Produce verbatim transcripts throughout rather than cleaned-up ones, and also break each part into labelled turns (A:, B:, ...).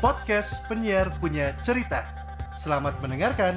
A: podcast penyiar punya cerita. Selamat mendengarkan.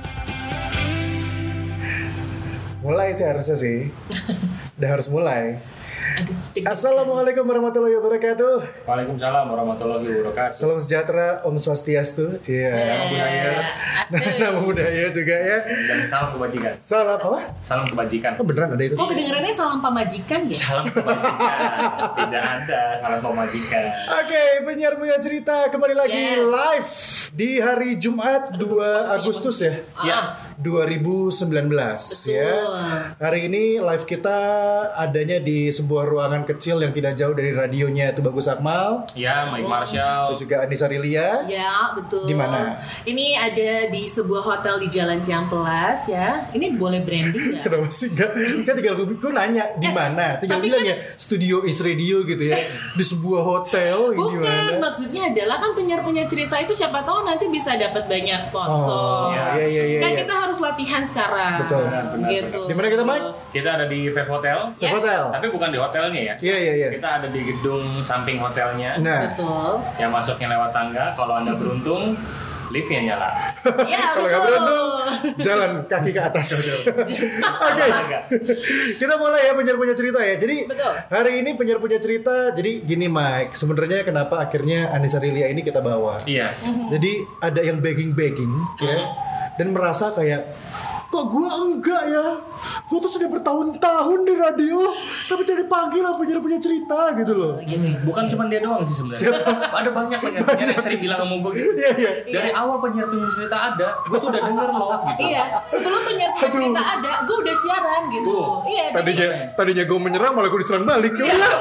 B: Mulai sih harusnya sih. Udah harus mulai.
C: Aduh,
B: Assalamualaikum warahmatullahi wabarakatuh.
D: Waalaikumsalam warahmatullahi wabarakatuh.
B: Salam sejahtera, Om Swastiastu. Cia.
D: Salam budaya.
B: Nama budaya juga ya.
D: Dan salam kebajikan.
B: Salam apa?
D: Salam kebajikan.
B: Oh beneran ada itu?
C: Kok kedengarannya salam pamajikan ya?
D: Salam kebajikan. Tidak ada salam pemajikan.
B: Oke, penyiar punya cerita kembali lagi
C: Yes.
B: live di hari Jumat dua Agustus ya.
D: Ya.
B: dua ribu sembilan belas
C: Betul.
B: ya. Hari ini live kita adanya di sebuah ruangan kecil yang tidak jauh dari radionya itu Bagus Akmal
D: Ya, Mike Marshall.
B: dan juga Anissa Rilia.
C: Ya, betul.
B: Di mana?
C: Ini ada di sebuah hotel di Jalan Ciamplas ya. Ini boleh branding ya?
B: Kenapa sih enggak? Kan tinggal gue, gue nanya di
C: Eh,
B: mana? Tinggal
C: tapi
B: bilang
C: kan-
B: ya Studio Is Radio gitu ya. Di sebuah hotel di
C: Bukan,
B: mana?
C: maksudnya adalah kan penyiar-penyiar cerita itu siapa tahu nanti bisa dapat banyak sponsor.
B: Oh, iya iya iya.
C: Kan
B: iya.
C: kita harus latihan sekarang.
B: Betul.
D: Benar, benar,
C: Gitu.
B: Di mana kita, Mike?
D: Kita ada di Vape Hotel.
B: Di
C: Yes.
B: hotel.
D: Tapi bukan di hotelnya ya.
B: Iya iya iya.
D: Kita ada di gedung samping hotelnya.
B: Nah,
C: Betul.
D: Yang masuknya lewat tangga. Kalau Anda beruntung, liftnya nyala.
C: Ya,
B: kalau nggak
C: betul.
B: beruntung, jalan kaki ke atas. Oke,
D: Tangga.
B: kita mulai ya penyiar punya cerita ya. Jadi
C: Betul.
B: hari ini penyiar punya cerita. Jadi gini Mike, sebenarnya kenapa akhirnya Anissa Rilia ini kita bawa?
D: Iya.
B: Jadi ada yang begging-begging ya, dan merasa kayak kok gue enggak ya, gue tuh sudah bertahun-tahun di radio tapi tidak dipanggil lah penyiar punya cerita gitu loh.
D: Bukan cuma dia doang sih sebenarnya. Ada banyak penyiar-penyiar yang sering bilang sama gue gitu.
B: Iya iya.
D: Dari awal penyiar-penyiar cerita ada, gue tuh udah denger loh gitu.
C: Iya, sebelum penyiar-penyiar
B: Aduh.
C: cerita ada, gue udah siaran gitu.
D: Tuh.
C: Iya, jadi
B: Tadinya tadinya gue menyerang malah gue diserang balik. Ya udah.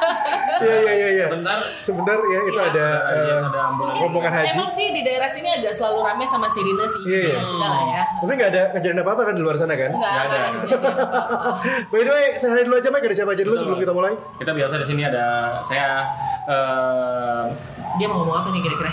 B: Iya iya iya iya.
D: Sebentar.
B: Sebentar ya itu
C: Iya.
B: ada
D: Razia,
B: eh,
D: ada ambulan.
C: mungkin
B: rombongan haji.
C: emang sih di daerah sini agak selalu rame sama sirine sih.
B: Iya, iya.
C: Ya, sudah lah ya.
B: Tapi nggak ada kejadian apa apa kan di luar sana kan?
C: Enggak,
D: Nggak
C: enggak ada
D: ada.
C: kejadian apa-apa.
B: By the way, saya hari dulu aja Mike, ada siapa aja dulu
D: Betul.
B: sebelum kita mulai?
D: Kita biasa di sini ada saya eh
C: Dia mau ngomong apa nih kira-kira?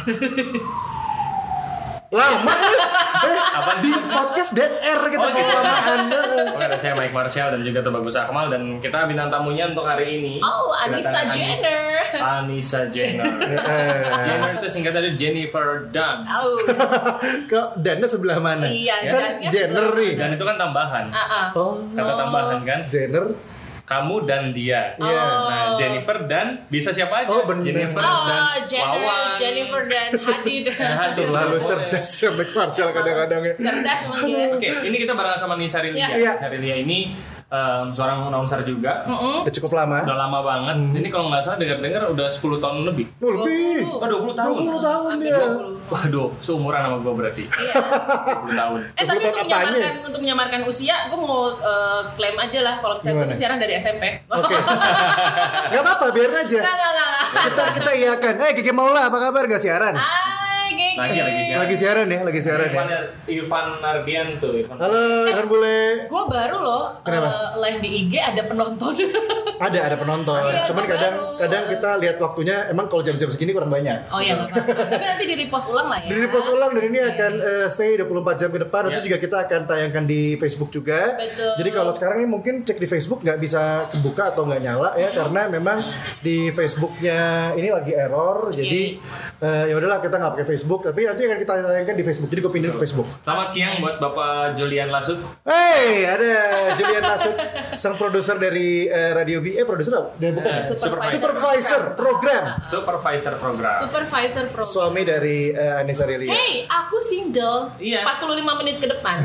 B: Lama kan? Eh,
D: Apaan
B: di
D: sih?
B: podcast Dead Air kita
D: Oh,
B: mau
D: gitu.
B: lamaan.
D: Oke, ada saya Mike Marshall dan juga Bagus Akmal dan kita bintang tamunya untuk hari ini.
C: Oh, Anissa
D: Kedatangan Anis-
C: Jenner.
D: Anissa Jenner. Jenner itu singkatan dari Jennifer Dunn.
C: Oh,
B: Kok Dana sebelah mana?
C: Iya,
B: kan
C: Dannya
B: Jenner
C: sebelah
B: nih.
D: Dan itu kan tambahan.
C: ah, ah.
B: Oh,
D: Kata tambahan kan.
B: Jenner.
D: Kamu dan dia.
B: Iya.
D: Nah, Jennifer dan bisa siapa aja?
B: Oh, bener.
D: Jennifer dan
C: Oh, Jenner,
D: Wawan.
C: Jennifer dan Hadid.
D: Hadir
B: Terlalu
D: juga boleh.
B: cerdas ya Mike Marshall kadang-kadang ya.
C: Cerdas emang dia.
D: Oke, ini kita barengan sama Nisa Rilia.
C: Iya.
D: Nisa Rilia ini em, seorang announcer juga.
C: Mm-mm.
B: Udah cukup lama.
D: Udah lama banget. Ini kalau nggak salah dengar-dengar udah sepuluh tahun lebih.
B: Oh, lebih.
D: Oh, dua puluh tahun.
B: dua puluh tahun
C: Hampir
B: dia.
C: dua puluh.
D: Waduh, seumuran sama gue berarti.
C: Iya.
D: dua puluh tahun.
C: Eh tapi
B: Kebutuhan
C: untuk
B: apanya?
C: menyamarkan untuk menyamarkan usia, gue mau eh, klaim aja lah kalau misalnya gue
B: Gimana?
C: tuh siaran dari S M P.
B: Oke. Gak apa-apa, biarin aja.
C: Enggak, enggak, enggak.
B: Kita kita iakan. Eh, Kiki Maula apa kabar? Gak siaran?
C: Hai, geng.
D: Lagi, lagi siaran.
B: Lagi siaran ya, lagi siaran ya.
D: Irfan, Irfan Nardian tuh. Irfan.
B: Halo, Irfan Bule.
C: Gue baru loh
B: Kenapa?
C: eh, live di I G ada penonton.
B: Ada, ada penonton.
C: Iya,
B: Cuman
C: gua
B: kadang
C: baru.
B: kadang kita lihat waktunya emang kalau jam-jam segini kurang banyak.
C: Oh iya nggak apa-apa. Tapi nanti di repost ulang lah ya.
B: Di repost ulang dan ini akan eh, stay dua puluh empat jam ke depan. Nanti
D: Ya.
B: juga kita akan tayangkan di Facebook juga.
C: Betul.
B: Jadi kalau sekarang ini mungkin cek di Facebook nggak bisa kebuka atau nggak nyala ya karena memang di Facebooknya ini lagi error. Jadi eh, ya udahlah kita nggak pakai Facebook. Tapi nanti akan kita tayangkan di Facebook. Jadi gue pindahin ke Facebook.
D: Selamat siang buat Bapak Julian Lasut.
B: Hey, ada Julian Lasut, sang produser dari eh, Radio B. Eh, produser apa? Dia bukan.
D: Eh,
C: Supervisor.
B: Supervisor program.
D: Supervisor program.
C: Supervisor pro.
B: Suami dari eh, Anissa Rilia.
C: Hey, aku single.
D: Iya.
C: empat puluh lima menit ke depan.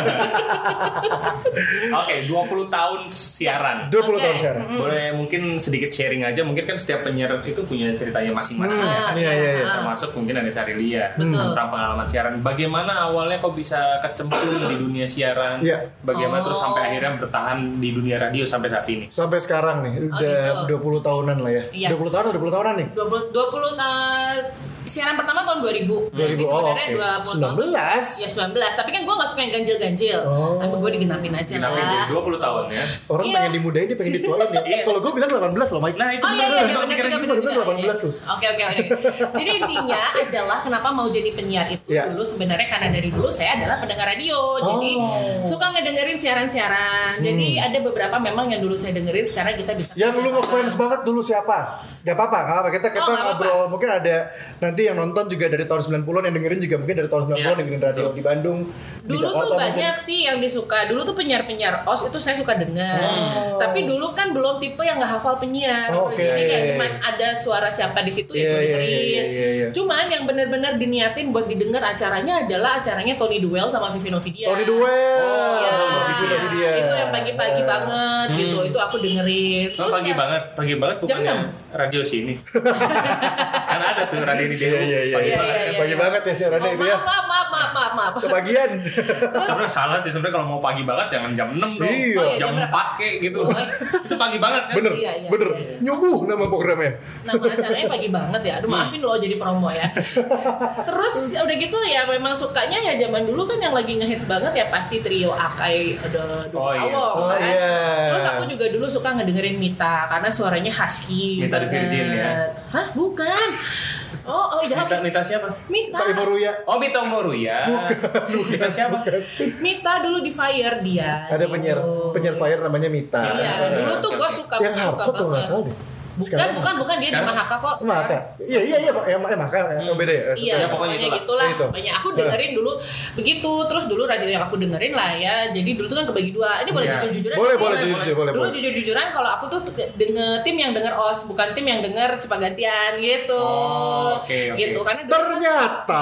D: Oke, dua puluh tahun siaran.
B: dua puluh
C: Oke.
B: tahun sekarang.
D: Boleh mungkin sedikit sharing aja. Mungkin kan setiap penyiar itu punya ceritanya masing-masing
B: Hmm,
D: ya.
C: Ah,
B: iya, iya, iya.
D: Termasuk mungkin Anissa Rilia
C: Betul.
D: tentang pengalaman siaran. Bagaimana awalnya kok bisa kecemplung di dunia siaran?
B: Iya.
D: Bagaimana terus
C: Oh.
D: sampai akhirnya bertahan di dunia radio sampai saat ini?
B: Sampai sekarang nih, udah
C: gitu.
B: dua puluh tahunan lah ya.
C: Iya.
B: dua puluh tahun atau dua puluh tahunan nih?
C: dua puluh dua puluh eh, siaran pertama tahun dua ribu.
B: dua ribu,
C: Jadi
B: oh,
C: sebenarnya
B: oke.
C: dua puluh
B: sembilan belas.
C: tahun. Ya sembilan belas. Tapi kan gue gak suka yang ganjil-ganjil.
B: Oh.
C: Tapi gue digenapin aja
D: Kenapa
C: lah.
D: dua puluh tahun ya?
B: Orang
C: Iya.
B: pengen dimudahin, dia pengen dituain ya.
D: Iya.
B: Kalau gue bilang delapan belas loh, Mike.
D: Nah, itu
C: Oh iya iya, iya benar juga benar juga.
B: delapan belas
C: Iya.
B: tuh.
C: Oke oke oke. Jadi intinya adalah kenapa mau jadi penyiar itu
B: Iya.
C: dulu sebenarnya karena dari dulu saya adalah pendengar radio. Jadi
B: Oh.
C: suka ngedengerin siaran-siaran. Jadi ada beberapa memang yang dulu saya dengerin sekarang kita bisa.
B: Yang lu ngefans banget dulu siapa? Gak apa-apa, gak apa-apa. Kita kita
C: Oh, nggak
B: ngobrol.
C: apa-apa.
B: Mungkin ada nanti yang nonton juga dari tahun sembilan puluhan, yang dengerin juga mungkin dari tahun sembilan puluhan
D: Iya,
B: dengerin radio
D: betul.
B: di Bandung, di
C: Dulu
B: Jakarta
C: tuh
B: mungkin.
C: banyak sih yang disuka. Dulu tuh penyiar-penyiar O S itu saya suka dengar.
B: Oh.
C: Tapi dulu kan belum tipe yang nggak hafal penyiar.
B: Oke.
C: Jadi kayak cuman ada suara siapa di situ
B: Iya,
C: ya gue
B: iya,
C: dengerin.
B: iya, iya, iya.
C: Cuman yang benar-benar diniatin buat didengar acaranya adalah acaranya Tony Duel sama Vivi Novidia.
B: Tony Duel.
C: Ya,
B: Vivi Novidia.
C: itu yang pagi-pagi
B: Eh.
C: banget gitu.
D: Hmm.
C: Itu aku dengerin.
D: Oh,
C: Terus
D: pagi
C: ya-
D: banget, pagi banget
C: Jam
D: bukannya
C: enam.
D: radio sini. Kan ada tuh radio di Dewa.
B: Iya, iya, iya.
D: Pagi
C: Iya,
D: banget.
C: iya, iya.
B: Pagi banget ya siarannya
C: Oh,
B: itu ya.
C: maaf, maaf, maaf, maaf, maaf, maaf.
B: Kebagian.
D: Sebenarnya salah sih sebenarnya kalau mau pagi banget jangan jam enam dong.
B: Iya.
C: Oh, iya,
D: jam
C: jam berapa?
D: empat kayak gitu.
C: Oh, iya.
D: Itu pagi banget kan?
B: Bener,
C: Iya, iya,
B: bener.
C: iya, iya.
B: Nyubuh nama programnya.
C: Nama acaranya pagi banget ya. Aduh maafin loh jadi promo ya. Terus udah gitu ya memang sukanya ya zaman dulu kan yang lagi ngehits banget ya pasti trio Akai ada Dua
D: Oh, iya.
C: Awong
B: Oh,
C: kan.
B: iya.
C: Terus aku juga dulu suka ngedengerin Mita karena suaranya husky.
D: Mita di
C: banget.
D: Virgin ya?
C: Hah, bukan. Oh, oh iya.
D: Mita, Mita siapa?
C: Mita.
B: Pak Imoruya.
D: Oh, Mita Moruya. Mita siapa?
C: Mita dulu di Fire dia.
B: Ada
C: gitu.
B: penyiar penyiar Fire namanya Mita.
C: Iya, dulu tuh gue suka
B: Yang
C: suka
B: hardcore kalau nggak
C: banget.
B: salah deh.
C: Bukan,
B: Sekarang-
C: bukan, bukan dia di
D: Sekarang-
C: Mahaka kok.
B: Maka.
C: sekarang.
B: Iya, iya, iya, Pak. Ya, eh, Maka. Oh, beda ya.
C: Iya,
D: Ya,
C: pokoknya,
D: pokoknya itulah.
C: gitulah.
B: Itu.
C: Pokoknya aku dengerin dulu begitu. Terus dulu radio yang aku dengerin lah ya. Jadi dulu tuh kan kebagi dua. Ini boleh
D: Iya.
C: jujur-jujuran.
B: Boleh,
C: sih?
B: boleh,
D: boleh,
B: jujur, boleh,
C: Dulu
B: boleh.
C: jujur-jujuran kalau aku tuh denger tim yang denger O S, bukan tim yang denger Cipagantian gitu.
D: Oh, oke, oke.
C: Gitu karena dulu kan-
B: Ternyata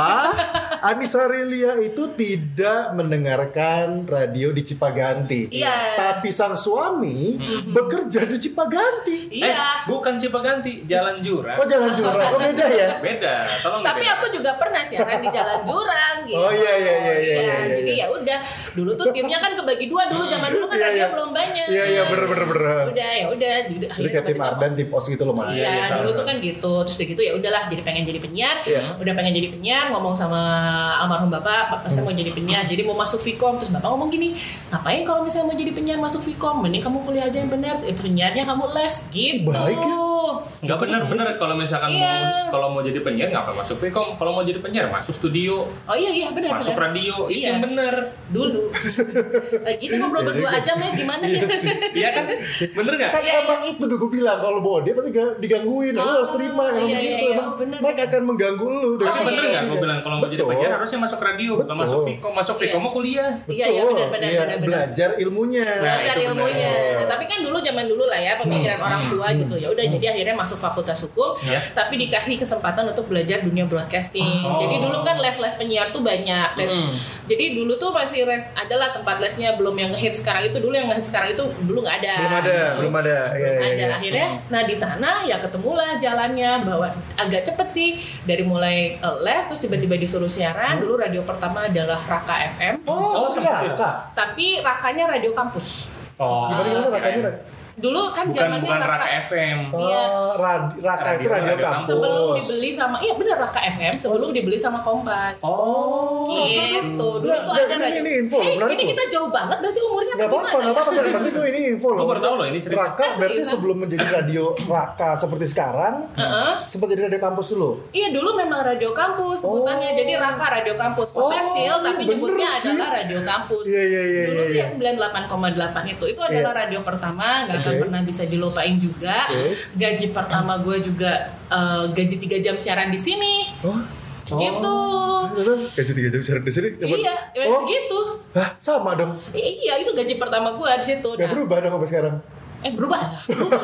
B: Anissa Rilia itu tidak mendengarkan radio di Cipaganti.
C: Iya.
B: Tapi sang suami bekerja di Cipaganti.
C: Iya.
D: Eh, bukan Cipaganti, Jalan Jurang.
B: Oh, Jalan Jurang. Oh, beda ya?
D: Beda. Tolong
C: Tapi
D: dibedakan.
C: aku juga pernah siaran di Jalan Jurang gitu.
B: Oh, iya, iya, iya, iya, iya,
C: Jadi
B: iya.
C: ya udah, dulu tuh timnya kan kebagi dua dulu zaman dulu kan
B: Iya,
C: radio
B: iya.
C: belum banyak.
B: Iya, iya, bener, bener, bener.
C: Udah ya udah.
B: Jadi kayak tim Ardan, tim Os gitu loh, Mak.
C: Iya,
D: Iya, iya,
C: dulu
B: tahu.
C: tuh kan gitu. Terus udah gitu ya udahlah jadi pengen jadi penyiar.
B: Iya.
C: Udah pengen jadi penyiar, ngomong sama almarhum Bapak, Bapak saya mau jadi penyiar. Jadi mau masuk Vkom, terus Bapak ngomong gini, "Ngapain kalau misalnya mau jadi penyiar masuk Vkom? Mending kamu kuliah aja yang benar. Eh, penyiarnya kamu les." Gitu.
B: Baik ya.
D: Nggak bener-bener kalau misalkan
C: Iya.
D: mau, kalau mau jadi penyiar nggak apa masuk Vkom, kalau mau jadi penyiar masuk studio,
C: Oh iya iya benar
D: masuk
C: benar.
D: radio, itu
C: Iya.
D: yang bener.
C: Dulu. Lagi kita ngobrol
B: Iya
C: berdua
B: juga
C: aja
B: sih.
C: mah gimana
B: Iya
C: ya?
B: sih.
D: Iya kan? Bener nggak?
B: Kan
C: Iya,
B: emang itu udah gue bilang kalau bawa dia pasti ga- digangguin, lu
C: Oh,
B: harus terima emang
C: iya,
B: begitu
C: iya, iya.
B: emang.
C: Bener.
B: Mike akan mengganggu lu dengan
D: Tapi
C: Oh,
D: bener
C: iya,
D: nggak?
C: iya.
D: Gue bilang kalau mau jadi
B: Betul.
D: penyiar harusnya masuk radio, bukan
B: Betul.
D: masuk Vkom. Masuk
C: Iya.
D: Vkom mau kuliah.
C: Iya iya
B: Betul.
C: benar benar
B: Iya,
C: benar benar.
B: belajar ilmunya.
C: Belajar
D: itu
C: ilmunya.
B: benar.
C: Nah, tapi kan dulu zaman dulu lah ya pemikiran orang tua gitu. Ya udah jadi akhirnya masuk Fakultas Hukum,
D: Iya.
C: tapi dikasih kesempatan untuk belajar dunia broadcasting.
D: Oh.
C: Jadi dulu kan les-les penyiar tuh banyak. Les.
D: Hmm.
C: Jadi dulu tuh masih res adalah tempat lesnya belum yang ngehits sekarang itu. Dulu yang ngehits sekarang itu dulu nggak ada.
B: Belum ada,
C: Gitu.
B: belum ada. Iya, iya,
C: Ada
B: iya.
C: akhirnya. Nah di sana ya ketemulah jalannya bahwa agak cepet sih dari mulai eh, les terus tiba-tiba disuruh siaran. Dulu radio pertama adalah Raka F M.
B: Oh,
D: Oh,
B: sudah
D: sempit.
B: Raka.
C: Tapi Rakanya radio kampus.
D: Oh.
B: Gimana gimana Rakanya? Rak?
C: Dulu kan
D: Bukan
C: zamannya
D: bukan
C: Raka,
D: Raka F M.
C: Iya.
B: Oh, Rad- Raka itu
D: Radio-
B: radio
D: radio
B: kampus.
C: sebelum dibeli sama iya benar Raka F M sebelum dibeli sama Kompas.
B: Oh,
C: Gitu. Dulu
B: Nah,
C: tuh
B: nah,
C: ada
B: ini,
C: radio.
B: ini info loh,
C: Eh,
B: menarik
C: ini
B: loh.
C: kita jauh banget berarti umurnya
B: Gak apa-apa,
C: gimana?
B: gak apa-apa. Pasti gue ini info loh.
D: Gue baru tahu loh ini serius.
B: Raka
C: Ah,
B: berarti
C: seriusan?
B: sebelum menjadi radio Raka seperti sekarang,
C: Heeh.
B: sempat jadi radio kampus dulu.
C: Iya dulu memang radio kampus sebutannya.
B: Oh.
C: Jadi Raka radio kampus.
B: Oh,
C: Komersil
B: iya,
C: tapi
B: bener
C: nyebutnya
B: sih.
C: adalah radio kampus.
B: Iya, iya, iya,
C: Dulu
B: iya,
C: tuh
B: iya.
C: ya sembilan puluh delapan koma delapan itu itu adalah
B: Iya.
C: radio pertama, nggak akan
B: Oke.
C: pernah bisa dilupain juga.
B: Oke.
C: Gaji pertama gue juga eh, gaji tiga jam siaran di sini.
B: Oh,
C: Gitu.
B: gaji tiga jam siaran di sini.
C: Iya, ya
B: Oh,
C: segitu.
B: hah, sama dong.
C: I- Iya, itu gaji pertama gue di situ.
B: Gak
C: Nah,
B: berubah dong sampai sekarang.
C: eh berubah ya?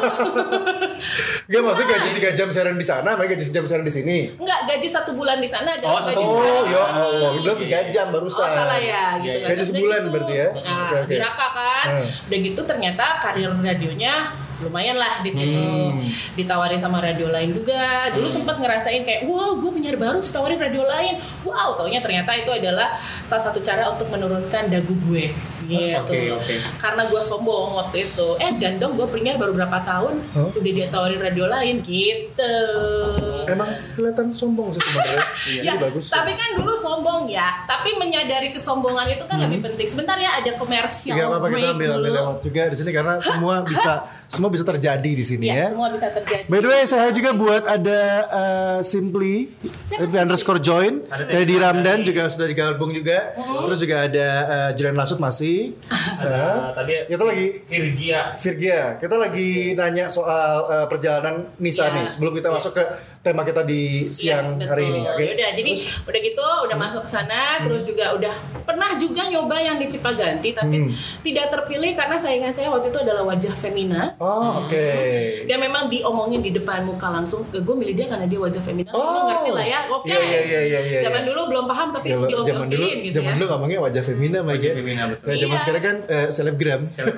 B: Gak maksudnya gaji tiga jam siaran di sana, sama gaji sejam siaran di sini.
C: Enggak, gaji satu bulan di sana adalah
D: Oh, satu
C: gaji
D: bulan.
B: Oh,
C: sekarang.
B: ya Allah, belum tiga jam
C: Oh
B: barusan.
C: salah ya gitu
D: Iya,
C: kan.
B: gaji
C: Terus udah
B: sebulan
C: gitu.
B: berarti ya?
C: Nah
B: Oke, oke.
C: di Raka kan
B: Hmm.
C: udah gitu ternyata karir radionya lumayan lah di situ.
B: Hmm.
C: Ditawarin sama radio lain juga. Dulu sempat ngerasain kayak wow gue penyiar baru ditawarin radio lain. Wow taunya ternyata itu adalah salah satu cara untuk menurunkan dagu gue gitu.
D: Oke, oke.
C: Karena gue sombong waktu itu. Eh dan dong gue penyiar baru berapa tahun
B: Huh?
C: udah dia tawarin radio lain gitu.
B: emang kelihatan sombong sih sebenarnya.
C: Ya,
B: Jadi bagus.
C: tapi kan dulu sombong ya. Tapi menyadari kesombongan itu kan lebih penting. Sebentar ya, ada komersial
B: Gak apa-apa, kita
C: break
B: ambil ambil
C: dulu.
B: lewat juga di sini karena semua bisa semua bisa terjadi di sini
C: Ya,
B: ya.
C: semua bisa terjadi.
B: By the way, saya juga buat ada uh, Simply
C: Siapa
B: Simply underscore join.
D: Ada
B: Teddy Ramdan
D: Teddy.
B: juga sudah digabung juga. Terus juga ada uh, Julian Lasut masih.
D: Nah, tadi
B: Kita lagi
D: Virgia.
B: Virgia, kita lagi nanya soal uh, perjalanan Nisa
C: Ya.
B: nih. Sebelum kita masuk ke tema kita di siang
C: Yes,
B: hari ini.
C: betul.
B: Oke.
C: Udah, jadi udah gitu, udah masuk ke sana, terus juga udah pernah juga nyoba yang di Cipaganti, tapi tidak terpilih karena saingan saya waktu itu adalah wajah Femina.
B: Oh, oke.
C: Dia memang diomongin di depan muka langsung. Gue milih dia karena dia wajah Femina.
B: Oh.
C: Lu ngerti lah ya. Oke.
B: Iya, iya, iya, iya, iya.
C: Zaman dulu belum paham tapi
B: Zaman
C: diomongiin
B: zaman dulu,
C: gitu
B: zaman
C: ya.
B: dulu ngomongnya wajah femina, Mike.
D: Wajah
B: ya.
D: femina, betul.
B: Nah, zaman
C: Iya.
B: sekarang kan eh, selebgram.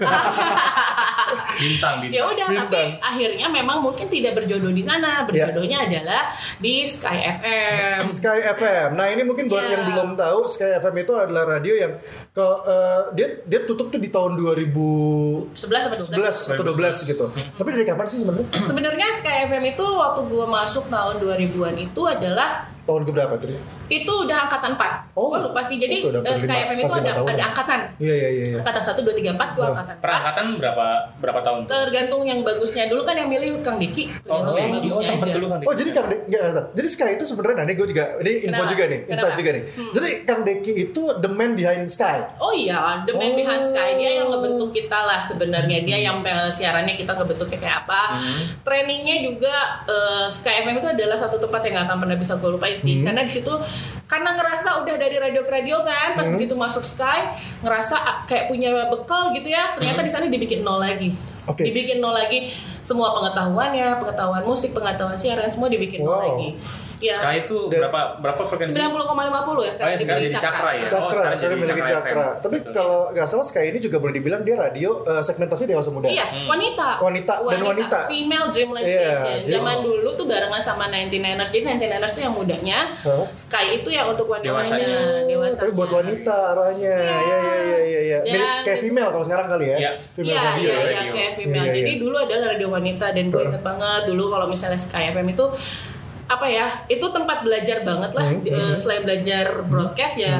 D: Bintang, bintang.
C: Ya udah,
B: Bintang.
C: tapi akhirnya memang mungkin tidak berjodoh di sana. Berjodohnya adalah di Sky F M.
B: Sky F M. Nah ini mungkin buat
C: Iya.
B: yang belum tahu, Sky F M itu adalah radio yang ke eh, dia dia tutup tuh di tahun dua ribu
C: sebelas atau dua belas?
B: sebelas atau dua belas gitu. Tapi dari kapan sih sebenarnya?
C: Sebenarnya Sky F M itu waktu gua masuk tahun dua ribuan itu adalah
B: Tahun keberapa tuh dia?
C: itu udah angkatan empat.
B: Oh.
C: Gua lupa sih. Jadi
B: Oh, udah
C: eh, Sky
B: lima-
C: F M itu
B: empat, lima
C: ada
B: tahun
C: ada
B: ya.
C: angkatan.
B: Iya iya iya. iya.
C: Angkatan satu, dua, tiga, empat, gua
B: Oh.
C: angkatan empat.
D: Perangkatan berapa berapa tahun?
C: Tergantung yang bagusnya. Dulu kan yang milih Kang Diki.
D: Oh,
C: Tergantung yang
D: oh,
C: bagusnya
D: sempat
C: aja.
D: dulu kan.
B: Oh jadi Kang Deki, enggak, enggak, jadi Sky itu sebenarnya, nah ini gue juga, ini info
C: Kenapa?
B: juga nih, insight
C: Kenapa?
B: juga nih. Jadi Kang Deki itu the man behind Sky.
C: Oh iya, The Man
B: Oh.
C: Behind Sky, dia yang ngebentuk kita lah sebenarnya. Dia yang eh, siarannya kita ngebentuknya kayak apa. Trainingnya juga eh, Sky F M itu adalah satu tempat yang gak akan pernah bisa gue lupain sih. Karena di situ karena ngerasa udah dari radio ke radio kan, pas begitu masuk Sky ngerasa ah, kayak punya bekal gitu ya. Ternyata di sana dibikin nol lagi.
B: Oke.
C: Dibikin nol lagi semua pengetahuannya, pengetahuan musik, pengetahuan siaran semua dibikin nol
B: Wow.
C: lagi. Ya.
D: Sky itu
B: Dan-
D: berapa berapa frekuensi?
C: sembilan puluh koma lima puluh ya
D: Oh,
C: sekarang
D: ya, sekarang
C: dimiliki
D: jadi Cakra ya? Oh,
B: Cakra,
D: sekarang
B: saya
D: jadi
B: memiliki
D: Cakra
B: Cakra.
D: F M.
B: Tapi
D: Betul.
B: kalau nggak salah Sky ini juga boleh dibilang dia radio eh, segmentasi dewasa muda.
C: Iya, wanita.
B: Wanita dan wanita.
C: Female Dreamland
B: Iya,
C: Station.
B: jadi-
C: Zaman dulu tuh barengan sama sembilan puluh sembilaners. Jadi sembilan puluh sembilaners tuh yang mudanya.
B: Hah?
C: Sky itu ya untuk wanitanya,
D: Dewasanya.
C: dewasanya.
B: Tapi buat wanita arahnya. Iya iya iya iya. iya.
C: Dan-
B: Mirip kayak female kalau sekarang kali ya.
D: Iya.
B: Female
C: Iya,
B: radio.
C: iya,
B: ya.
C: iya,
D: radio.
C: kayak female.
B: Iya, iya,
C: Jadi
B: iya.
C: dulu adalah radio wanita dan gue
B: Heeh.
C: inget banget dulu kalau misalnya Sky F M itu apa ya? Itu tempat belajar banget lah.
B: Hmm,
C: Eh, Selain belajar broadcast ya.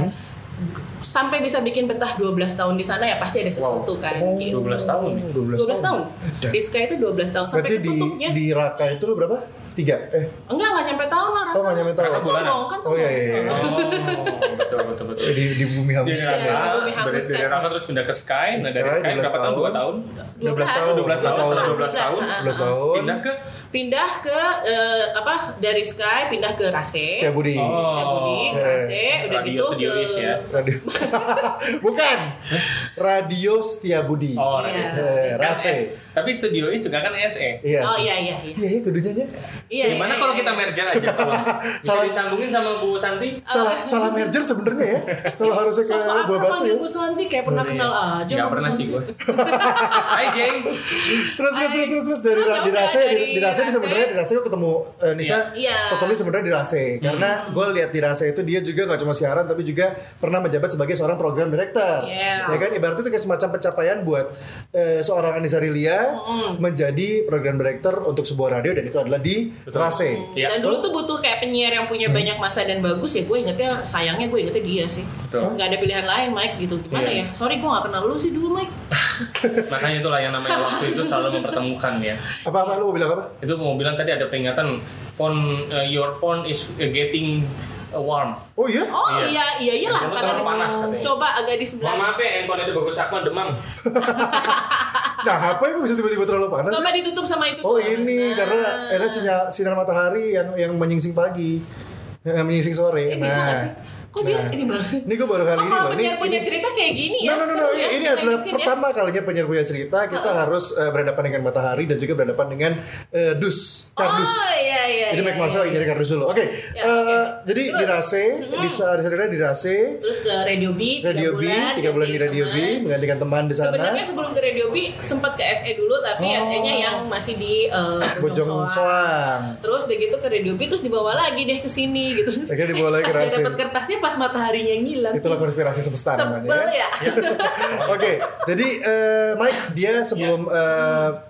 C: Sampai bisa bikin betah dua belas tahun di sana ya pasti ada sesuatu kan.
B: Oh,
C: gitu.
D: dua belas tahun nih.
B: dua belas
C: dua belas tahun.
B: Ada.
C: Di Sky itu dua belas tahun sampai
B: Berarti di
C: ketutupnya.
B: di Raka itu lu berapa? Tiga? Eh.
C: Enggak, enggak nyampe tahun lah.
B: Oh, nggak nyampe tahun.
C: Kan
D: Bulanan.
C: sombong, kan
B: Oh,
C: sombong.
B: iya, iya, iya.
D: Oh, betul betul betul.
B: Di di bumi
D: Dia
B: hangus.
C: Iya,
D: Raka,
C: di bumi
D: dari,
C: hangus
D: dari
C: kan.
D: Raka terus pindah ke Sky. Nah dari
B: Sky,
D: Sky
B: dua belas
D: berapa tahun? Dua
B: tahun.
D: tahun?
B: dua belas tahun.
D: dua belas tahun,
B: tahun.
D: dua belas tahun.
B: dua belas tahun.
D: Pindah ke
C: Pindah ke eh, apa dari Sky pindah ke Rase.
B: Setia Budi.
D: Oh.
C: Setia Budi, ke Rase, udah
D: Radio
C: gitu
D: Studio
C: ke
D: Is ya.
B: Radio. Bukan. Radio Setia Budi.
D: Oh,
C: Iya.
D: Radio
B: Eh,
D: Studio. Kan
B: Rase.
D: S- Tapi Studio Is juga kan S E.
B: Iya.
C: Oh
B: sih.
C: iya iya iya.
B: Iya, iya kudunya nya.
C: Iya.
D: Gimana
C: iya,
D: kalau
C: iya.
D: kita merger aja? Bisa
B: Salah.
D: disambungin sama Bu Santi?
B: Salah salah merger sebenarnya ya. Kalau harusnya ke
C: Sosok
B: Buah
C: apa
B: Batu
C: panggil
B: ya.
C: Bu Santi kayak pernah kenal aja.
D: Gak
C: sama Bu
D: pernah sih
C: Santi.
D: gue. Hai Jeng.
B: Terus terus terus terus, terus dari
C: Terus
B: ra-
C: ya
B: di
C: udah,
B: Rase di,
C: dari
B: di Rase
C: Rase.
B: sebenarnya di Rase gue ketemu eh, Nisa
C: Iya.
B: totally sebenarnya di Rase karena gue lihat di Rase itu dia juga nggak cuma siaran tapi juga pernah menjabat sebagai seorang program director.
C: Iya.
B: Ya kan ibaratnya itu kayak semacam pencapaian buat eh, seorang Anissa Rilia menjadi program director untuk sebuah radio dan itu adalah di Rase.
D: Iya.
C: Dan dulu tuh butuh kayak penyiar yang punya banyak masa dan bagus ya gue ingetnya sayangnya gue ingetnya dia sih.
D: Betul.
C: Nggak ada pilihan lain Mike gitu gimana
D: Iya.
C: ya? Sorry gue nggak kenal lu sih dulu Mike.
D: Makanya itulah yang namanya waktu itu selalu mempertemukan ya.
B: Apa apa lu mau bilang apa?
D: Itu mau bilang tadi ada peringatan phone uh, your phone is getting uh, warm.
B: Oh iya?
C: Oh
D: Iya.
C: iya iya iyalah
D: Handphone
C: karena
D: terlalu panas katanya.
C: coba agak di sebelah.
D: Mohon maaf ya, handphone itu bagus aku demam.
B: Nah apa itu bisa tiba-tiba terlalu panas?
C: Coba
B: ya?
C: ditutup sama itu.
B: Oh
C: tuh.
B: ini
C: Nah.
B: karena ada sinar, sinar matahari yang yang menyingsing pagi, yang menyingsing sore.
C: Eh, bisa nggak sih? Kok dia ini banget?
B: Ini gue baru kali
C: Oh,
B: ini
C: kalau
B: loh. Ini,
C: penyiar punya
B: ini-
C: cerita kayak gini
B: No,
C: ya.
B: no, no, no.
C: seru
B: Ini,
C: ya,
B: ini
C: kita
B: adalah
C: ngisiin ya.
B: pertama kalinya penyiar punya cerita. Kita harus eh, berhadapan dengan matahari dan juga berhadapan dengan eh, dus, kardus.
C: Oh iya iya.
B: Jadi
C: iya,
B: Mike Marshall
C: iya,
B: lagi nyari kardus dulu. Oke.
C: Ya,
B: eh,
C: oke.
B: Jadi
C: Terus?
B: di Rase, di saat di Rase,
C: Terus ke Radio B, tiga
B: Radio B,
C: bulan,
B: tiga bulan di
C: ganti
B: Radio B,
C: teman.
B: menggantikan teman di sana.
C: Sebenarnya sebelum ke Radio B sempat ke S E dulu tapi
B: Oh.
C: S E-nya yang masih di uh,
B: Bojong
C: Soang.
B: Soang.
C: Terus udah gitu ke Radio B terus dibawa lagi deh ke sini gitu.
B: Akhirnya dibawa lagi ke
C: Pas dia
B: Rase.
C: dapat kertasnya pas mataharinya ngilang.
B: Itulah konspirasi semesta namanya.
C: Sebel
B: ya.
C: ya.
B: Oke, jadi eh, Mike dia sebelum
C: Ya.
B: eh,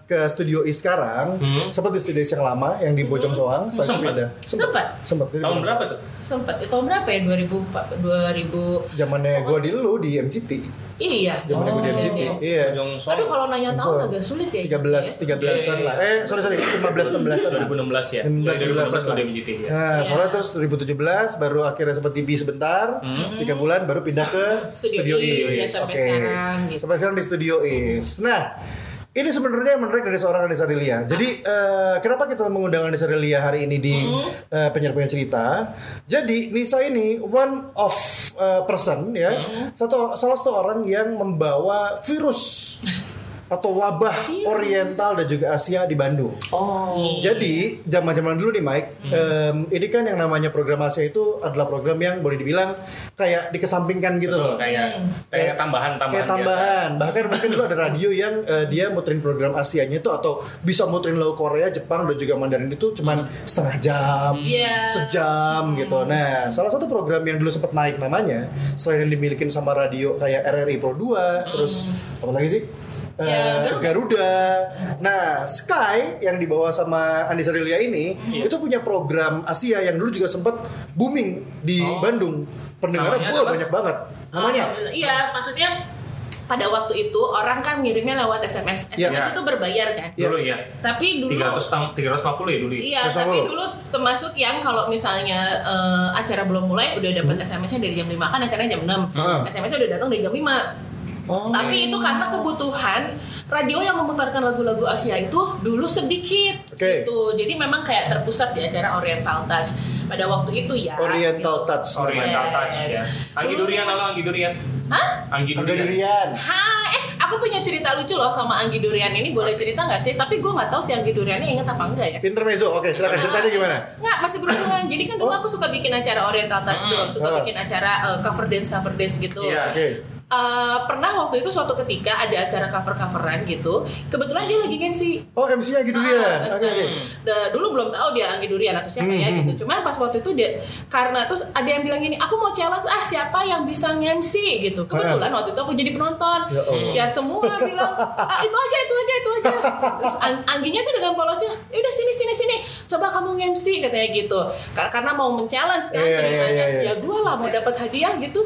B: ke Studio I sekarang,
D: Hmm.
B: sempat di Studio I yang lama yang di Bojong Soang, setelah itu
D: Sempat?
B: pindah.
C: Sempat.
B: Sempat. Jadi
D: Tahun
B: Bojong
D: berapa
B: Soang.
D: tuh?
C: Sempat. Itu tahun berapa ya? dua ribu empat, dua ribu
B: Zamannya gue di lu di M C T.
C: Iya.
B: Zamannya gue di M C T.
C: Oh.
B: Iya.
D: Bojong Soang.
C: Aduh kalau nanya tahun
B: Soang.
C: agak sulit ya.
B: tiga belas tiga belasan lah. Eh, sorry sorry, lima belas enam belasan.
D: dua ribu enam belas ya.
B: enam belas
D: dua ribu enam belas
B: lah.
D: kalau di M G T ya.
B: Nah,
C: Iya.
B: soalnya terus dua ribu tujuh belas baru akhirnya sempat T V sebentar, tiga bulan baru pindah ke
C: Studio
B: Studio
C: Is,
B: Is.
C: ya, sampai
B: Oke.
C: sekarang, gitu.
B: Sampai sekarang di Studio Is. Nah, ini sebenarnya yang menarik dari seorang Anissa Rilia. Jadi eh, kenapa kita mengundang Anissa Rilia hari ini di eh, penyiar-penyiar cerita? Jadi Nisa ini one of eh, person ya, satu salah satu orang yang membawa virus atau wabah Oriental dan juga Asia di Bandung.
D: Oh.
B: Jadi zaman-zaman dulu nih Mike, em, ini kan yang namanya program Asia itu adalah program yang boleh dibilang kayak dikesampingkan gitu loh.
D: Kayak kayak tambahan-tambahan
B: Kayak tambahan. Bahkan mungkin dulu ada radio yang eh, dia muterin program Asianya itu atau bisa muterin lagu Korea, Jepang dan juga Mandarin itu cuman setengah jam,
C: Iya.
B: sejam gitu. Nah, salah satu program yang dulu sempat naik namanya selain yang dimilikin sama radio kayak R R I Pro dua, terus apa lagi sih?
C: Ya,
B: Eh,
C: Garuda.
B: Garuda. Nah, Sky yang dibawa sama Anissa Rilia ini itu punya program Asia yang dulu juga sempat booming di
D: Oh.
B: Bandung. Pendengarnya
D: Namanya
B: wah,
D: apa?
B: banyak banget. Namanya
C: Alhamdulillah. Iya, maksudnya pada waktu itu orang kan ngirimnya lewat S M S. S M S
B: Iya.
C: itu berbayar kan.
D: Dulu ya.
C: Tapi dulu
D: tiga ratus tiga ratus lima puluh ya dulu ya.
C: Iya,
B: Terus
C: tapi
B: apa?
C: dulu termasuk yang kalau misalnya eh, acara belum mulai udah dapat S M S-nya dari jam lima, kan acaranya jam enam.
B: Hmm.
C: S M S-nya udah datang dari jam lima.
B: Oh.
C: Tapi itu karena kebutuhan radio yang memutarkan lagu-lagu Asia itu dulu sedikit
B: Oke.
C: gitu. Jadi memang kayak terpusat di acara Oriental Touch pada waktu itu ya.
B: Oriental
C: gitu.
B: Touch.
D: Oriental
C: Yes.
D: Touch ya. Anggi
C: Dulu-
D: Durian, halo Anggi Durian.
C: Hah?
D: Anggi
B: Angga
D: Durian.
B: Durian.
C: Hai, eh aku punya cerita lucu loh sama Anggi Durian ini, boleh cerita nggak sih? Tapi gue nggak tahu si Anggi Duriannya inget apa enggak ya.
B: Intermezzo. Oke, silakan ceritanya gimana?
C: Nggak, masih berhubungan. Jadi kan dulu aku suka bikin acara Oriental Touch tuh, suka
B: Ah.
C: bikin acara eh, cover dance cover dance gitu.
D: Iya.
B: Oke.
C: Eh, pernah waktu itu suatu ketika ada acara cover-coveran gitu. Kebetulan dia lagi M C.
B: Oh, M C-nya Anggi Durian.
C: Ah,
B: Oke, oke.
C: Da- dulu belum tahu dia Anggi Durian atau siapa ya
B: Hmm,
C: gitu. Cuman pas waktu itu dia karena terus ada yang bilang gini, aku mau challenge ah siapa yang bisa nge-M C gitu. Kebetulan waktu itu aku jadi penonton.
B: Ya Allah.
C: Ya semua bilang ah itu aja itu aja itu aja. Terus Ang- Angginya tuh dengan polosnya, ya udah sini sini sini. Coba kamu nge-M C katanya gitu. Ka- Karena mau men-challenge kan
B: Iya, iya,
C: ceritanya.
B: iya, iya.
C: Ya gue lah mau dapat hadiah gitu.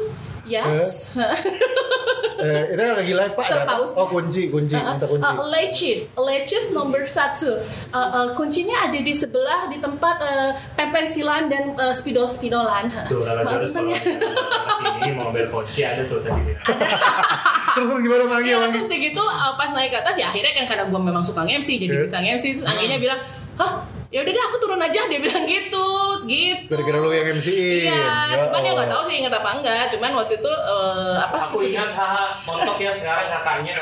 C: Yes.
B: Eh, itu lagi live Pak. ada apa?
C: Terpaus.
B: Oh, kunci, kunci, minta kunci.
C: Uh, Leches, Leches nomor satu. Uh, uh, kuncinya ada di sebelah di tempat uh, pempensilan dan uh, spidol-spidolan.
E: Tuh, kalau
C: Maaf,
E: terus kalau
C: bentar ya.
E: sini mau ambil kunci ada tuh tadi.
B: Terus terus gimana Manggi?
C: Iya,
B: Manggi?
C: terus dia gitu uh, pas naik ke atas ya akhirnya kan karena gue memang suka nge-M C jadi
B: Yes.
C: bisa nge-M C terus Angginya bilang, hah ya udah deh aku turun aja, dia bilang gitu gitu.
B: Gara-gara lu yang M C-in.
C: Iya,
B: Ya
C: cuman ya nggak
B: Allah.
C: tahu sih ingat apa enggak. Cuman waktu itu uh, apa?
D: Aku
C: sesudah-
D: ingat haha montok ya sekarang kakaknya.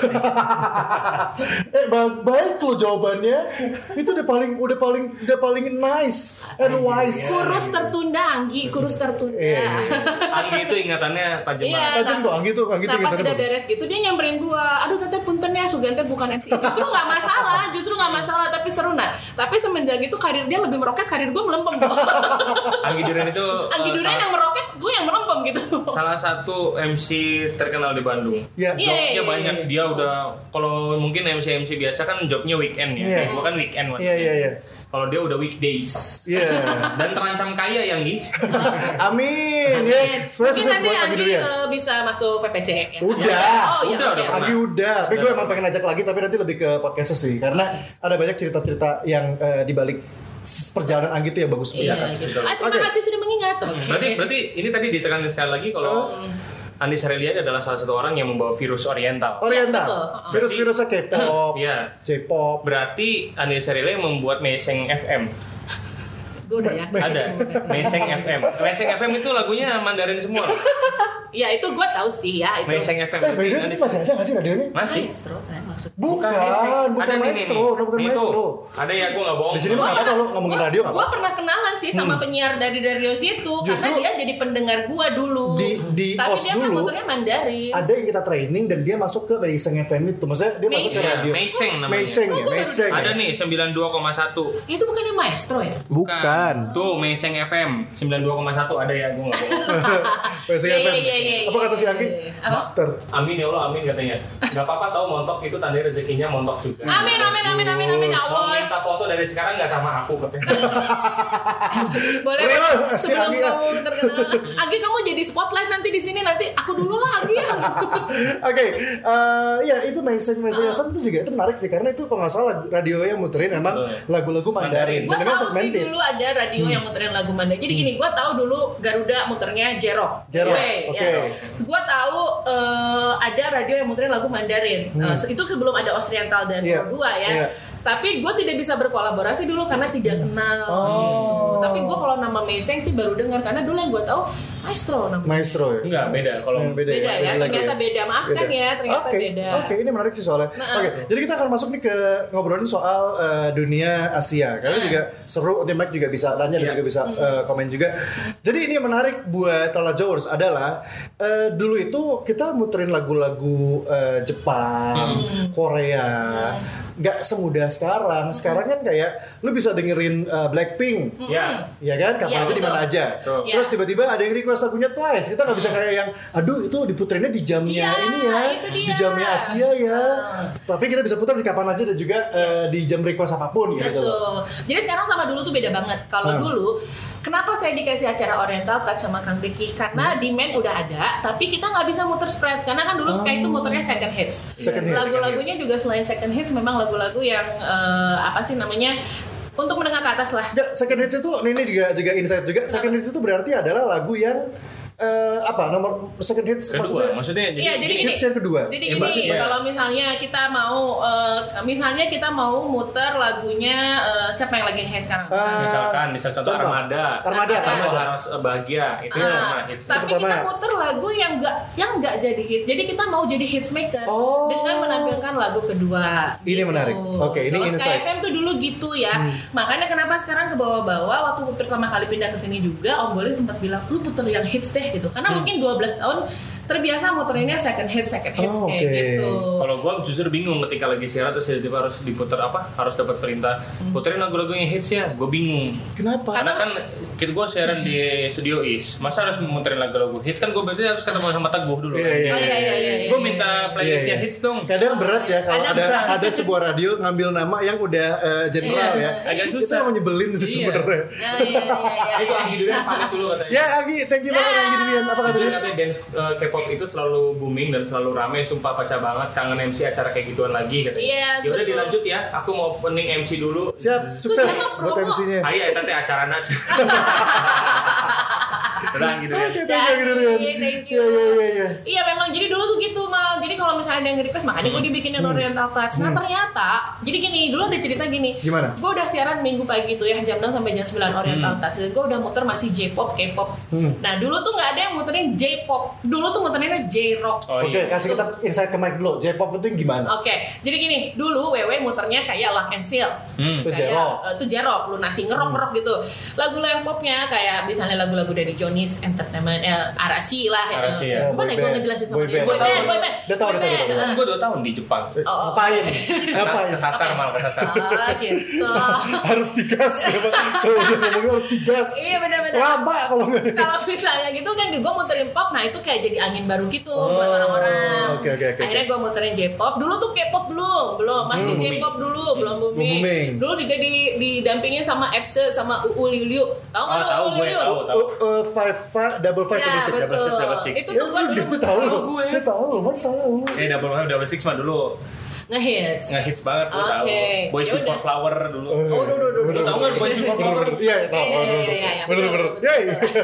B: Eh ba- baik lo jawabannya. Itu udah paling udah paling udah paling nice and wise.
C: kurus tertunda, Anggi, kurus tertunda.
B: Eh.
D: Anggi itu ingatannya tajam
C: Iya.
D: banget.
B: Tajam kok Anggi tuh, Anggi tuh
C: Nah pas
B: ingatannya
C: udah
B: bagus.
C: beres gitu dia nyamperin gua, aduh teteh punten ya Sugante bukan M C. Justru nggak masalah, justru nggak masalah tapi seru nah. Tapi semenjak itu karir dia lebih meroket, karir gua melempem.
D: Anggi Durian itu
C: Anggi
D: eh,
C: Durian
D: salah-
C: yang meroket, gua yang melempem gitu.
D: salah satu M C terkenal di Bandung.
B: Ya.
C: Iya,
D: Jobnya
C: iya,
D: banyak.
C: iya.
D: Dia udah kalau mungkin M C M C biasa kan jobnya weekend ya.
B: Iya.
D: Kayak gua kan weekend
B: Iya
D: maksudnya.
B: iya iya.
D: Kalau dia udah weekdays.
B: Iya.
D: Dan terancam kaya ya Anggi.
B: Amin. Ya, sebenarnya
C: Mungkin
B: sukses
C: nanti
B: buat Anggi
C: Anggi
B: Durian.
C: eh, bisa masuk P P C ya.
B: Udah.
C: Oh iya,
D: Udah,
C: oke.
D: udah pernah.
B: Anggi udah, tapi gue emang pengen ajak lagi tapi nanti lebih ke podcastnya sih karena ada banyak cerita-cerita yang eh, di balik s- perjalanan Anggi tuh yang bagus
C: Iya,
B: banget.
C: gitu. Ah, terima
B: Oke.
C: kasih sudah mengingat. Oke.
D: Berarti berarti ini tadi ditekankan sekali lagi kalau Anissa Rilia adalah salah satu orang yang membawa virus Oriental.
B: Oriental,
C: betul.
B: virus-virusnya K-pop,
D: Iya.
B: J-pop.
D: Berarti Anissa Rilia yang membuat Meseng F M.
C: Gue udah ya.
D: Ada Meseng F M. Meseng F M itu lagunya Mandarin semua.
C: Ya itu gue tahu sih ya itu.
D: Meseng F M.
B: Eh, by the way, ini masih ada nggak sih radionya?
D: Masih.
C: Maestro kan maksudnya.
B: Bukan,
D: Meseng.
B: bukan
D: Ada nih,
B: maestro,
D: nih.
B: no, bukan
D: Itu.
B: maestro.
D: Ada ya, gue nggak bohong.
B: Di sini mah nggak apa-apa lo ngomongin radio nggak
C: Gue
B: apa-apa.
C: pernah kenalan sih sama penyiar dari radio situ karena
B: Justru
C: dia jadi pendengar gue dulu.
B: di- di
C: Tapi
B: O S
C: dia
B: dulu,
C: komputernya Mandarin.
B: Ada yang kita training dan dia masuk ke Meseng F M itu, maksudnya dia masuk ke
C: Meseng.
B: radio.
D: Meseng namanya.
B: Meseng ya,
C: Kok gua baru
B: Meseng.
D: Ada
B: ya?
D: nih sembilan puluh dua koma satu.
C: Itu bukannya maestro ya?
B: Bukan.
D: Tuh Meseng F M sembilan puluh dua koma satu ada ya, gue nggak bohong.
B: Meseng
C: Iya
B: F M.
C: iya iya iya.
B: Apa kata si Anggi?
C: Apa?
B: Ter.
D: Amin ya Allah, amin katanya. Gak apa-apa tahu montok itu tanda rezekinya montok juga.
C: Amin, amin, amin, amin, amin, ya
D: Mau
C: Allah.
D: minta foto dari sekarang nggak sama aku katanya.
C: Boleh
B: Boleh lah, si
C: sebelum
B: Anggi lah.
C: kamu terkenal. Anggi kamu jadi spotlight nanti di sini nanti aku dulu lah Anggi ya.
B: Oke, eh, ya itu message message apa itu juga itu menarik sih karena itu kalau nggak salah radio yang muterin emang
D: Betul.
B: lagu-lagu Mandarin.
C: Gue
B: Dan memang
C: tahu sih
B: segmented.
C: dulu ada radio yang muterin lagu Mandarin. Jadi gini, gue tahu dulu Garuda muternya J-Rock.
B: J-Rock,
C: Oke,
B: oke.
C: ya. Gue tahu eh, ada radio yang muterin lagu Mandarin. Eh, itu sebelum ada Oriental dan
B: Iya,
C: Pro dua ya.
B: iya.
C: Tapi gue tidak bisa berkolaborasi dulu karena tidak kenal.
B: Oh.
C: Gitu. Tapi gue kalau nama Meiseng sih baru dengar karena dulu yang gue tahu Maestro namanya.
B: Maestro ya.
D: Enggak, beda. Kalau
B: Hmm, beda,
C: Beda ya,
B: lagi
C: ternyata beda. Maafkan ya, ternyata
B: Oke,
C: beda.
B: Oke, ini menarik sih soalnya.
C: Nah,
B: Oke, jadi kita akan masuk nih ke ngobrolin soal eh, dunia Asia. Karena
C: Nah.
B: juga seru, nanti Mike juga bisa tanya dan
D: Iya.
B: juga bisa eh, komen juga. Jadi ini yang menarik buat Tala Jowers adalah eh, dulu itu kita muterin lagu-lagu eh, Jepang, Korea. Nggak semudah sekarang. Sekarang kan kayak lu bisa dengerin uh, Blackpink,
D: ya.
B: ya kan? Kapan
C: Iya,
B: aja di mana
C: betul.
B: aja.
D: Betul.
B: Terus
C: Iya.
B: tiba-tiba ada yang request lagunya Twice. Kita nggak bisa kayak yang, aduh itu diputerinnya di jamnya
C: Iya,
B: ini ya,
C: itu dia.
B: di jamnya Asia ya.
C: Ah.
B: Tapi kita bisa putar di kapan aja dan juga uh, di jam request apapun gitu.
C: Betul. Jadi sekarang sama dulu tuh beda banget. Kalau
B: Hmm.
C: dulu, kenapa saya dikasih acara Oriental Touch sama Kang Ricky? Karena demand udah ada, tapi kita nggak bisa muter spread. Karena kan dulu Sky itu muternya second hits.
B: Second hits.
C: Lagu-lagunya juga selain second hits, memang lagu-lagu yang eh, apa sih namanya? Untuk menengah ke atas lah.
B: Ya, second hits itu ini juga juga insight juga. Second hits itu berarti adalah lagu yang eh, apa nomor second hits
D: Kedua,
B: maksudnya?
D: maksudnya jadi,
C: Iya, jadi gini.
B: hits yang kedua.
C: Jadi
D: Ya,
C: gini,
D: maksudnya-
C: kalau misalnya kita mau, eh, misalnya kita mau muter lagunya eh, siapa yang lagi nge sekarang?
B: Ah,
D: misalkan misalkan contoh
B: contoh.
D: Armada.
B: Armada,
D: Sama
B: Armada.
D: harus bahagia itu
C: Ah,
D: sama hits.
C: tapi
B: pertama.
C: kita muter lagu yang enggak yang enggak jadi hits. Jadi kita mau jadi hits maker
B: Oh.
C: dengan menampilkan lagu kedua.
B: Ini menarik. Oke, ini
C: Kalau
B: insight.
C: Sky F M tuh dulu gitu ya. Makanya kenapa sekarang ke bawah-bawah waktu pertama kali pindah ke sini juga Om Boleh sempat bilang lu puter yang hits deh gitu. Karena mungkin dua belas tahun terbiasa muterinnya second hits second hits
B: Oh,
C: kayak
B: oke.
C: gitu.
D: Kalau gue justru bingung ketika lagi siaran terus tiba-tiba harus diputar apa? Harus dapat perintah puterin lagu-lagu yang hits ya. Gue bingung.
B: Kenapa?
D: Karena kan kita gue siaran di Studio Is, masa harus muterin lagu-lagu hits kan gue berarti harus ketemu sama Teguh dulu.
B: Iya, iya,
C: Oh, iya, iya, iya, iya.
D: Gue minta playlistnya
B: Iya, iya.
D: hits dong.
B: Kadang berat ya kalau
C: Kadang
B: ada
C: berat.
B: ada sebuah radio ngambil nama yang udah eh, general
C: Iya.
B: ya.
D: Agak
B: Itu
D: susah.
B: emang nyebelin sih
D: Iya.
B: sebenarnya.
C: Ya, iya, iya, iya,
D: Itu
C: iya.
D: Anggi Durian pamit dulu katanya.
B: Ya Agi, thank you banget Agi Durian. Apa kata
D: Dia
B: dia?
D: katanya dance uh, K-pop itu selalu booming dan selalu rame, sumpah pecah banget, kangen M C acara kayak gituan lagi katanya.
C: Yes,
D: Ya udah
C: betul.
D: dilanjut ya, aku mau opening M C dulu.
B: Siap, sukses
C: Itu
B: buat
C: promo.
B: M C-nya.
D: Ayo ya tante acara aja. Udah gitu ya.
B: Oke, thank you Agi Durian.
C: Iya, thank you.
B: Iya, iya, iya, iya.
C: Iya memang jadi dulu tuh gitu Mal. Jadi kalau misalnya ada yang request makanya gue dibikinin Oriental Touch. Nah ternyata jadi gini dulu ada cerita gini.
B: Gimana?
C: Gue udah siaran minggu pagi tuh ya jam enam sampai jam sembilan Oriental Touch. Dan gue udah muter masih J-pop, K-pop.
B: Hmm.
C: Nah dulu tuh nggak ada yang muterin J-pop. Dulu tuh muterinnya J-rock.
D: Oh
B: Oke,
D: iya.
B: kasih kita insight ke Mike dulu. J-pop itu yang gimana?
C: Oke, jadi gini, dulu W W muternya kayak Lock and Seal.
D: Hmm.
B: Itu
C: Kayak,
B: J-rock.
C: eh, itu J-rock, lunasi ngerok-ngerok gitu. Lagu yang popnya kayak misalnya lagu-lagu dari Johnny's Entertainment, eh, Arashi lah.
D: Arashi,
C: eh,
D: ya.
C: Gimana
B: Boy
C: gue
B: band.
C: ngejelasin sama
B: Boy
C: dia?
B: band.
C: Boy band, boy band.
B: Udah tahu,
C: boy
B: udah tahu,
C: band,
B: udah tahu.
C: eh.
D: Gue dua tahun di Jepang.
B: Eh,
C: Oh,
B: Ngapain?
C: oke.
B: Ngapain?
D: Kesasar malah kesasar.
C: Oh gitu.
B: Harus digas. Kalau udah ngomongnya harus digas.
C: Iya benar-benar.
B: Lama kalau nggak.
C: Kalau misalnya gitu kan gue muterin pop, nah itu kayak jadi angin baru gitu
B: Oh,
C: buat orang-orang.
B: oke, oke, oke.
C: Akhirnya gue muterin J-pop. Dulu tuh K-pop belum, belum masih
B: Hmm.
C: J-pop dulu, belum booming.
B: booming.
C: Dulu juga di didampingin sama F C sama U U Liu Liu. Tahu
D: Oh,
C: nggak
D: tahu
C: U U
D: gue,
C: Liu Liu?
D: tahu, tahu.
B: Uh, uh, five five double five
C: Ya,
B: double six.
C: betul.
D: double six, double six.
C: Itu
B: Ya,
C: tuh gue
B: lu
C: dulu
B: juga tahu loh.
D: gue.
B: Dia tahu loh, Mike tahu.
D: Eh double five double six mah dulu
C: ngehits.
D: nge-hits banget gue
C: Oke.
D: tahu. Boys
C: Ya
D: Before
C: udah.
D: Flower dulu.
B: Eh,
C: Oh, duh, duh, duh,
B: bener,
C: duh.
D: Tahu nggak Boys Before Flower?
B: Iya, tahu.
C: Iya, iya, iya, iya,
B: Bener
C: betul,
B: bener.
C: betul,
B: Yeay.
C: betul.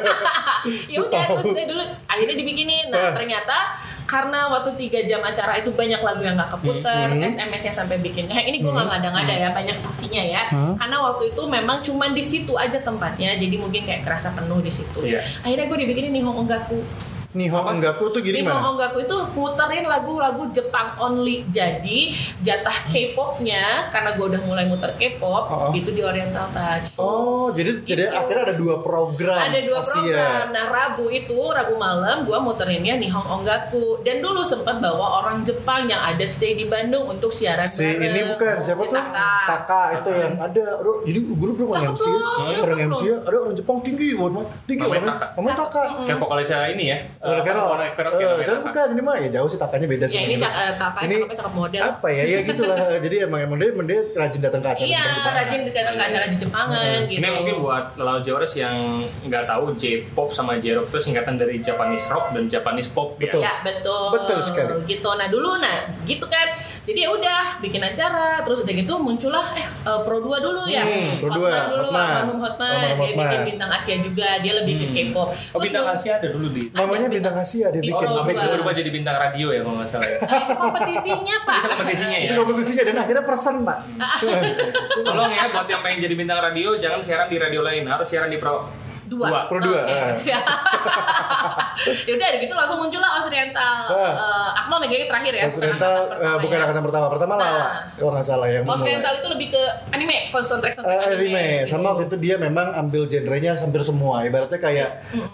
C: Ya udah
B: Tahu.
C: terus dia dulu akhirnya dibikinin. Nah
B: Ah.
C: ternyata karena waktu tiga jam acara itu banyak lagu yang nggak keputer,
B: Hmm.
C: S M S-nya sampai bikin. Nah, ini gue nggak ngada-ngada ya, banyak saksinya ya.
B: Hmm.
C: Karena waktu itu memang cuman di situ aja tempatnya, jadi mungkin kayak kerasa penuh di situ.
D: Iya.
C: Akhirnya gue dibikinin Nihon Ongaku.
B: Nihon Ongaku tuh gini
C: Nihon
B: mana?
C: Ongaku itu muterin lagu-lagu Jepang only. Jadi jatah K-popnya karena gue udah mulai muter K-pop
B: Oh.
C: itu di Oriental Touch.
B: Oh, jadi jadi
C: Gitu.
B: akhirnya ada dua program.
C: Ada dua
B: Asia.
C: program. Nah Rabu itu Rabu malam gue muterinnya Nihon Ongaku. Dan dulu sempat bawa orang Jepang yang ada stay di Bandung untuk siaran
B: Si
C: bareng.
B: ini bukan siapa
C: Si
B: tuh?
C: Taka.
B: Taka itu yang ada. Aduh, jadi grup grup orang
C: Cakep
B: M C.
C: loh,
B: Orang
C: cakep
B: M C ada orang Jepang tinggi, buat tinggi
D: Namanya
B: orangnya.
D: Taka.
B: Namanya Taka.
D: Kayak vokalisnya ini ya.
B: Warna Kerok.
D: Warna Kerok
B: Eh,
D: yang
B: kan bukan ini mah ya jauh sih Takanya beda sih.
C: Ya ini
B: Terus
C: cak, uh, Taka
B: ini
C: cakep cakep model.
B: apa ya ya gitulah. Jadi emang emang dia, emang dia rajin datang ke acara
C: Iya,
B: Jepang-Jepangan.
C: rajin datang ke acara di Jepangan gitu.
D: Ini mungkin buat lawan Jawers yang nggak tahu J-pop sama J-rock itu singkatan dari Japanese rock dan Japanese pop ya.
B: Betul.
C: Ya betul.
B: Betul sekali.
C: Gitu. Nah dulu, nah gitu kan. Jadi ya udah bikin acara, terus udah gitu muncullah eh uh, Pro dua dulu ya.
B: Hmm, Pro dua,
C: Hotman dulu,
B: Hotman.
C: Almarhum Hotman.
B: Almarhum
C: Dia
B: Hotman.
C: bikin Bintang Asia juga, dia lebih ke K-pop.
D: Oh
C: Terus
D: bintang
C: dulu-
D: Asia ada dulu di.
B: Namanya
C: Ada
B: Bintang Asia dia
C: Di
B: bikin.
C: Pro
D: Habis
C: dua.
D: itu berubah jadi bintang radio ya kalau nggak salah ya.
C: Nah, itu kompetisinya Pak.
D: Itu kompetisinya ya.
B: Itu kompetisinya dan akhirnya persen Pak.
D: Tolong ya buat yang pengen jadi bintang radio jangan siaran di radio lain, harus siaran di Pro
C: Dua.
D: Dua.
B: Pro dua,
C: Oke,
B: ah.
C: siap. Ya udah gitu langsung muncullah Osriental.
B: Ah.
C: Eh, Akmal megangnya terakhir ya,
B: Mas Rental uh, bukan
C: ya.
B: angkatan pertama, pertama
C: Nah.
B: Lala kalau nggak salah yang memulai.
C: Osriental itu lebih ke anime, soundtrack
B: Eh,
C: soundtrack
B: anime sama waktu itu dia memang ambil genrenya hampir semua ibaratnya kayak